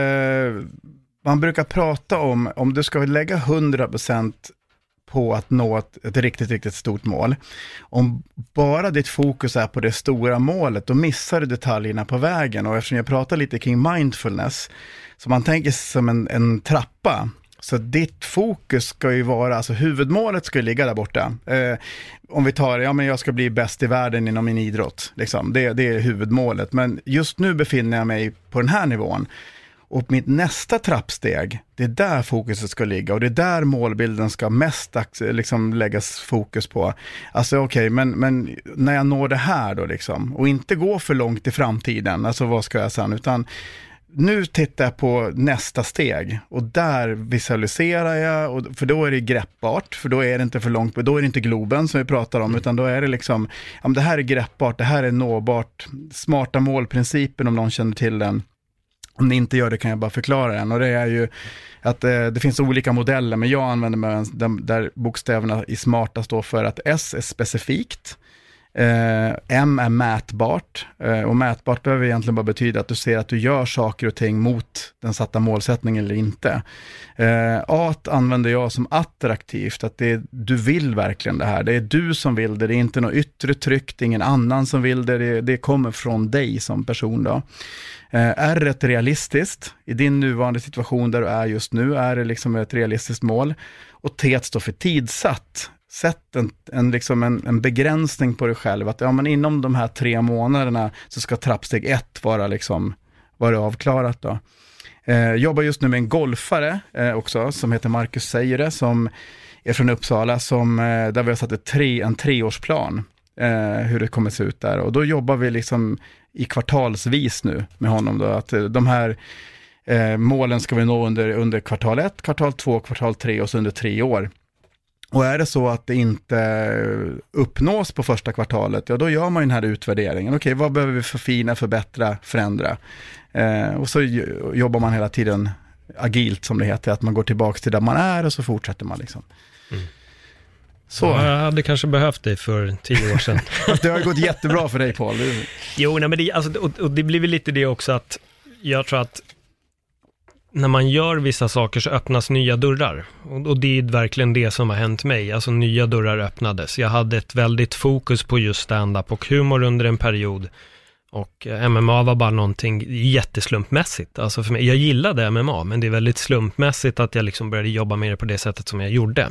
man brukar prata om du ska lägga 100% på att nå ett riktigt, riktigt stort mål. Om bara ditt fokus är på det stora målet, då missar du detaljerna på vägen. Och eftersom jag pratar lite kring mindfulness, så man tänker som en trappa. Så ditt fokus ska ju vara, alltså huvudmålet ska ju ligga där borta. Om vi tar, men jag ska bli bäst i världen inom min idrott. Liksom. Det är huvudmålet. Men just nu befinner jag mig på den här nivån. Och mitt nästa trappsteg, det är där fokuset ska ligga. Och det är där målbilden ska mest liksom läggas fokus på. Alltså okej, men när jag når det här då liksom. Och inte gå för långt i framtiden. Alltså vad ska jag sen? Utan nu tittar jag på nästa steg. Och där visualiserar jag. För då är det greppbart. För då är det inte för långt. Då är det inte Globen som vi pratar om. Utan då är det liksom, ja, men det här är greppbart. Det här är nåbart. Smarta målprincipen, om någon känner till den. Om ni inte gör det kan jag bara förklara den. Och det är ju att det finns olika modeller, men jag använder mig där bokstäverna i smarta står för att S är specifikt, M är mätbart, och mätbart behöver egentligen bara betyda att du ser att du gör saker och ting mot den satta målsättningen eller inte. A använder jag som attraktivt, att du vill verkligen det här. Det är du som vill det, det är inte något yttre tryck, det är ingen annan som vill det, det kommer från dig som person då. R ett realistiskt, i din nuvarande situation där du är just nu är det liksom ett realistiskt mål. Och T står för tidsatt. Sätt en begränsning på dig själv, att men inom de här 3 månaderna så ska trappsteg 1 vara avklarat då. Jobbar just nu med en golfare också som heter Marcus Seire, som är från Uppsala, där vi har satt en 3-årsplan hur det kommer se ut där, och då jobbar vi liksom i kvartalsvis nu med honom då, att de här målen ska vi nå under kvartal 1, kvartal 2, kvartal 3 och så under 3 år. Och är det så att det inte uppnås på första kvartalet, ja då gör man ju den här utvärderingen. Okej, vad behöver vi förfina, förbättra, förändra? Och så jobbar man hela tiden agilt, som det heter, att man går tillbaka till där man är och så fortsätter man liksom. Så. Ja, jag hade kanske behövt det för 10 år sedan. Det har gått jättebra för dig, Paul. Jo, nej, men och det blir väl lite det också, att jag tror att när man gör vissa saker så öppnas nya dörrar. Och det är verkligen det som har hänt mig. Alltså nya dörrar öppnades. Jag hade ett väldigt fokus på just stand-up och humor under en period. Och MMA var bara någonting jätteslumpmässigt. Alltså för mig, jag gillade MMA, men det är väldigt slumpmässigt att jag liksom började jobba med det på det sättet som jag gjorde.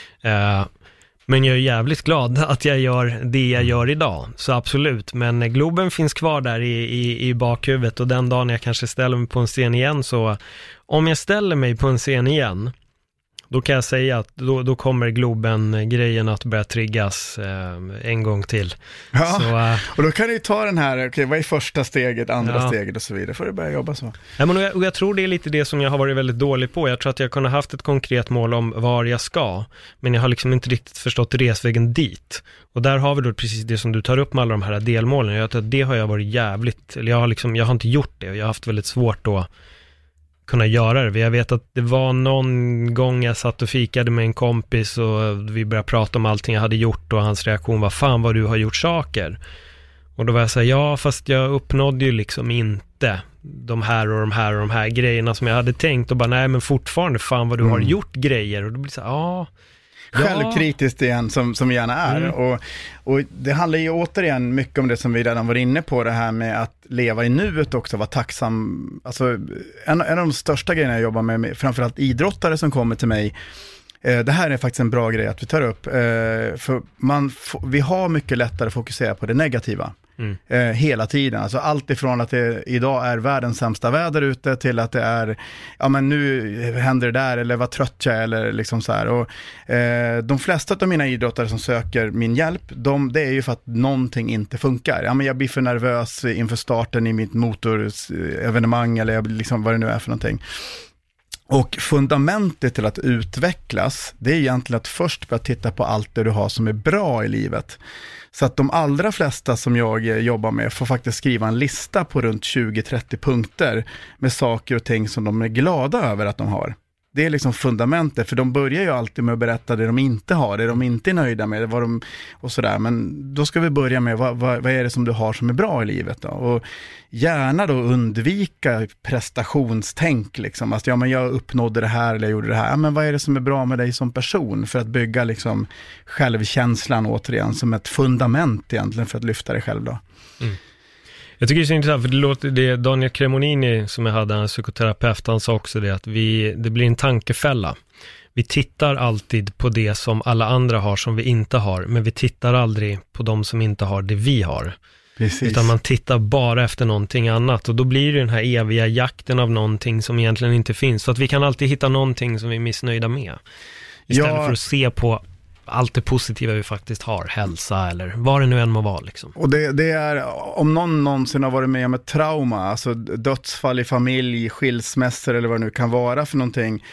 Men jag är jävligt glad att jag gör det jag gör idag. Så absolut, men Globen finns kvar där i bakhuvudet. Och den dagen jag kanske ställer mig på en scen igen, så om jag ställer mig på en scen igen, då kan jag säga att då kommer Globen-grejen att börja triggas en gång till. Ja, så, och då kan du ju ta den här, vad är första steget, andra steget och så vidare, får du börja jobba så. Ja, men jag tror det är lite det som jag har varit väldigt dålig på. Jag tror att jag kunde haft ett konkret mål om var jag ska, men jag har liksom inte riktigt förstått resvägen dit. Och där har vi då precis det som du tar upp med alla de här delmålen. Jag tror att det har jag varit jävligt, eller jag har inte gjort det, och jag har haft väldigt svårt att kunna göra det. Jag vet att det var någon gång jag satt och fikade med en kompis och vi började prata om allting jag hade gjort, och hans reaktion var, fan vad du har gjort saker. Och då var jag så här, ja fast jag uppnådde ju liksom inte de här och de här och de här grejerna som jag hade tänkt, och bara nej men fortfarande fan vad du har gjort grejer. Och då blir det så här, självkritiskt igen som vi gärna är. Och det handlar ju återigen mycket om det som vi redan var inne på, det här med att leva i nuet också, vara tacksam. Alltså en av de största grejerna jag jobbar med framförallt idrottare som kommer till mig, det här är faktiskt en bra grej att vi tar upp, för vi har mycket lättare att fokusera på det negativa hela tiden. Alltså allt ifrån att det idag är världens sämsta väder ute till att det är, ja men nu händer det där, eller vad trött jag är, eller liksom så här. Och de flesta av mina idrottare som söker min hjälp, det är ju för att någonting inte funkar. Ja men jag blir för nervös inför starten i mitt motorevenemang, eller liksom vad det nu är för någonting. Och fundamentet till att utvecklas, det är egentligen att först börja titta på allt det du har som är bra i livet. Så att de allra flesta som jag jobbar med får faktiskt skriva en lista på runt 20-30 punkter med saker och ting som de är glada över att de har. Det är liksom fundamentet, för de börjar ju alltid med att berätta det de inte har, det de inte är nöjda med, och sådär. Men då ska vi börja med vad är det som du har som är bra i livet då? Och gärna då undvika prestationstänk liksom. Alltså, ja men jag uppnådde det här eller jag gjorde det här. Ja, men vad är det som är bra med dig som person? För att bygga liksom självkänslan återigen som ett fundament egentligen för att lyfta dig själv då. Mm. Jag tycker det är så intressant, för det är Daniel Cremonini som jag hade, en psykoterapeut, han sa också det, att det blir en tankefälla. Vi tittar alltid på det som alla andra har som vi inte har, men vi tittar aldrig på de som inte har det vi har. Precis. Utan man tittar bara efter någonting annat, och då blir det den här eviga jakten av någonting som egentligen inte finns. Så att vi kan alltid hitta någonting som vi är missnöjda med, istället för att se på allt det positiva vi faktiskt har, hälsa eller vad det nu än må vara liksom. Och det är, om någon någonsin har varit med om ett trauma, alltså dödsfall i familj, skilsmässor eller vad det nu kan vara för någonting,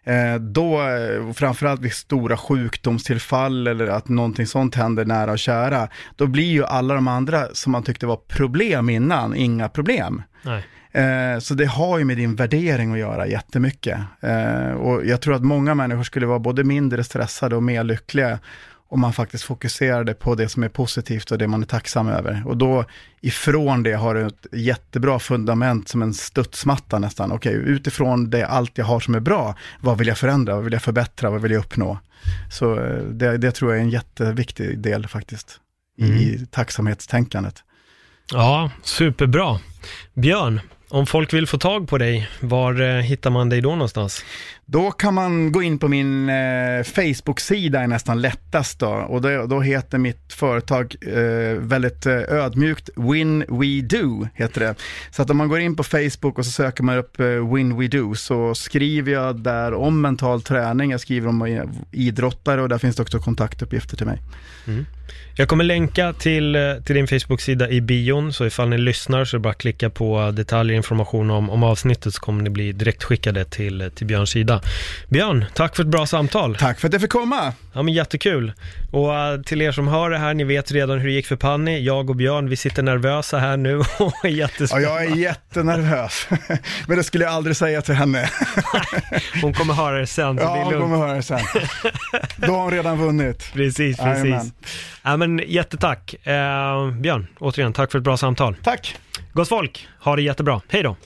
då framförallt vid stora sjukdomstillfall eller att någonting sånt händer nära och kära, då blir ju alla de andra som man tyckte var problem innan, inga problem. Nej. Så det har ju med din värdering att göra jättemycket. Och jag tror att många människor skulle vara både mindre stressade och mer lyckliga om man faktiskt fokuserade på det som är positivt och det man är tacksam över. Och då ifrån det har du ett jättebra fundament som en studsmatta nästan. Okej, utifrån det allt jag har som är bra, vad vill jag förändra, vad vill jag förbättra, vad vill jag uppnå? Så det tror jag är en jätteviktig del faktiskt i tacksamhetstänkandet. Ja, superbra. Björn, om folk vill få tag på dig, var hittar man dig då någonstans? Då kan man gå in på min Facebook-sida, är nästan lättast då. Och då heter mitt företag väldigt ödmjukt Win We Do heter det. Så att om man går in på Facebook och så söker man upp Win We Do, så skriver jag där om mental träning, jag skriver om idrottare, och där finns det också kontaktuppgifter till mig. Mm. Jag kommer länka till din Facebook-sida i bion, så ifall ni lyssnar så bara klicka på detaljer, information om avsnittet, så kommer ni bli direkt skickade till Björns sida. Björn, tack för ett bra samtal. Tack för att jag fick komma. Ja, men jättekul. Och till er som hör det här, ni vet redan hur det gick för Panni. Jag och Björn, vi sitter nervösa här nu och är jättespända. Ja, jag är jättenervös. Men det skulle jag aldrig säga till henne. Hon kommer höra det sen. Ja, hon kommer höra det sen. Då har hon redan vunnit. Precis. Ja, men jättetack. Björn, återigen, tack för ett bra samtal. Tack. Gott folk, ha det jättebra. Hej då.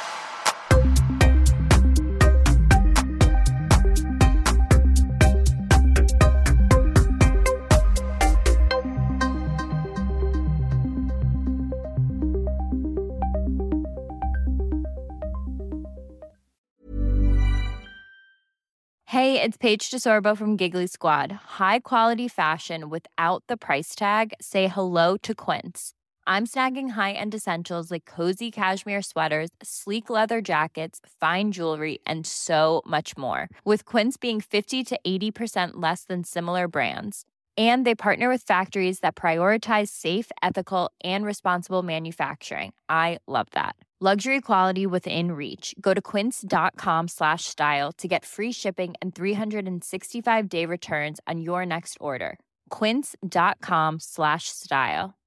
Hey, it's Paige DeSorbo from Giggly Squad. High quality fashion without the price tag. Say hello to Quince. I'm snagging high-end essentials like cozy cashmere sweaters, sleek leather jackets, fine jewelry, and so much more. With Quince being 50 to 80% less than similar brands. And they partner with factories that prioritize safe, ethical, and responsible manufacturing. I love that. Luxury quality within reach. Go to quince.com/style to get free shipping and 365-day returns on your next order. Quince.com/style.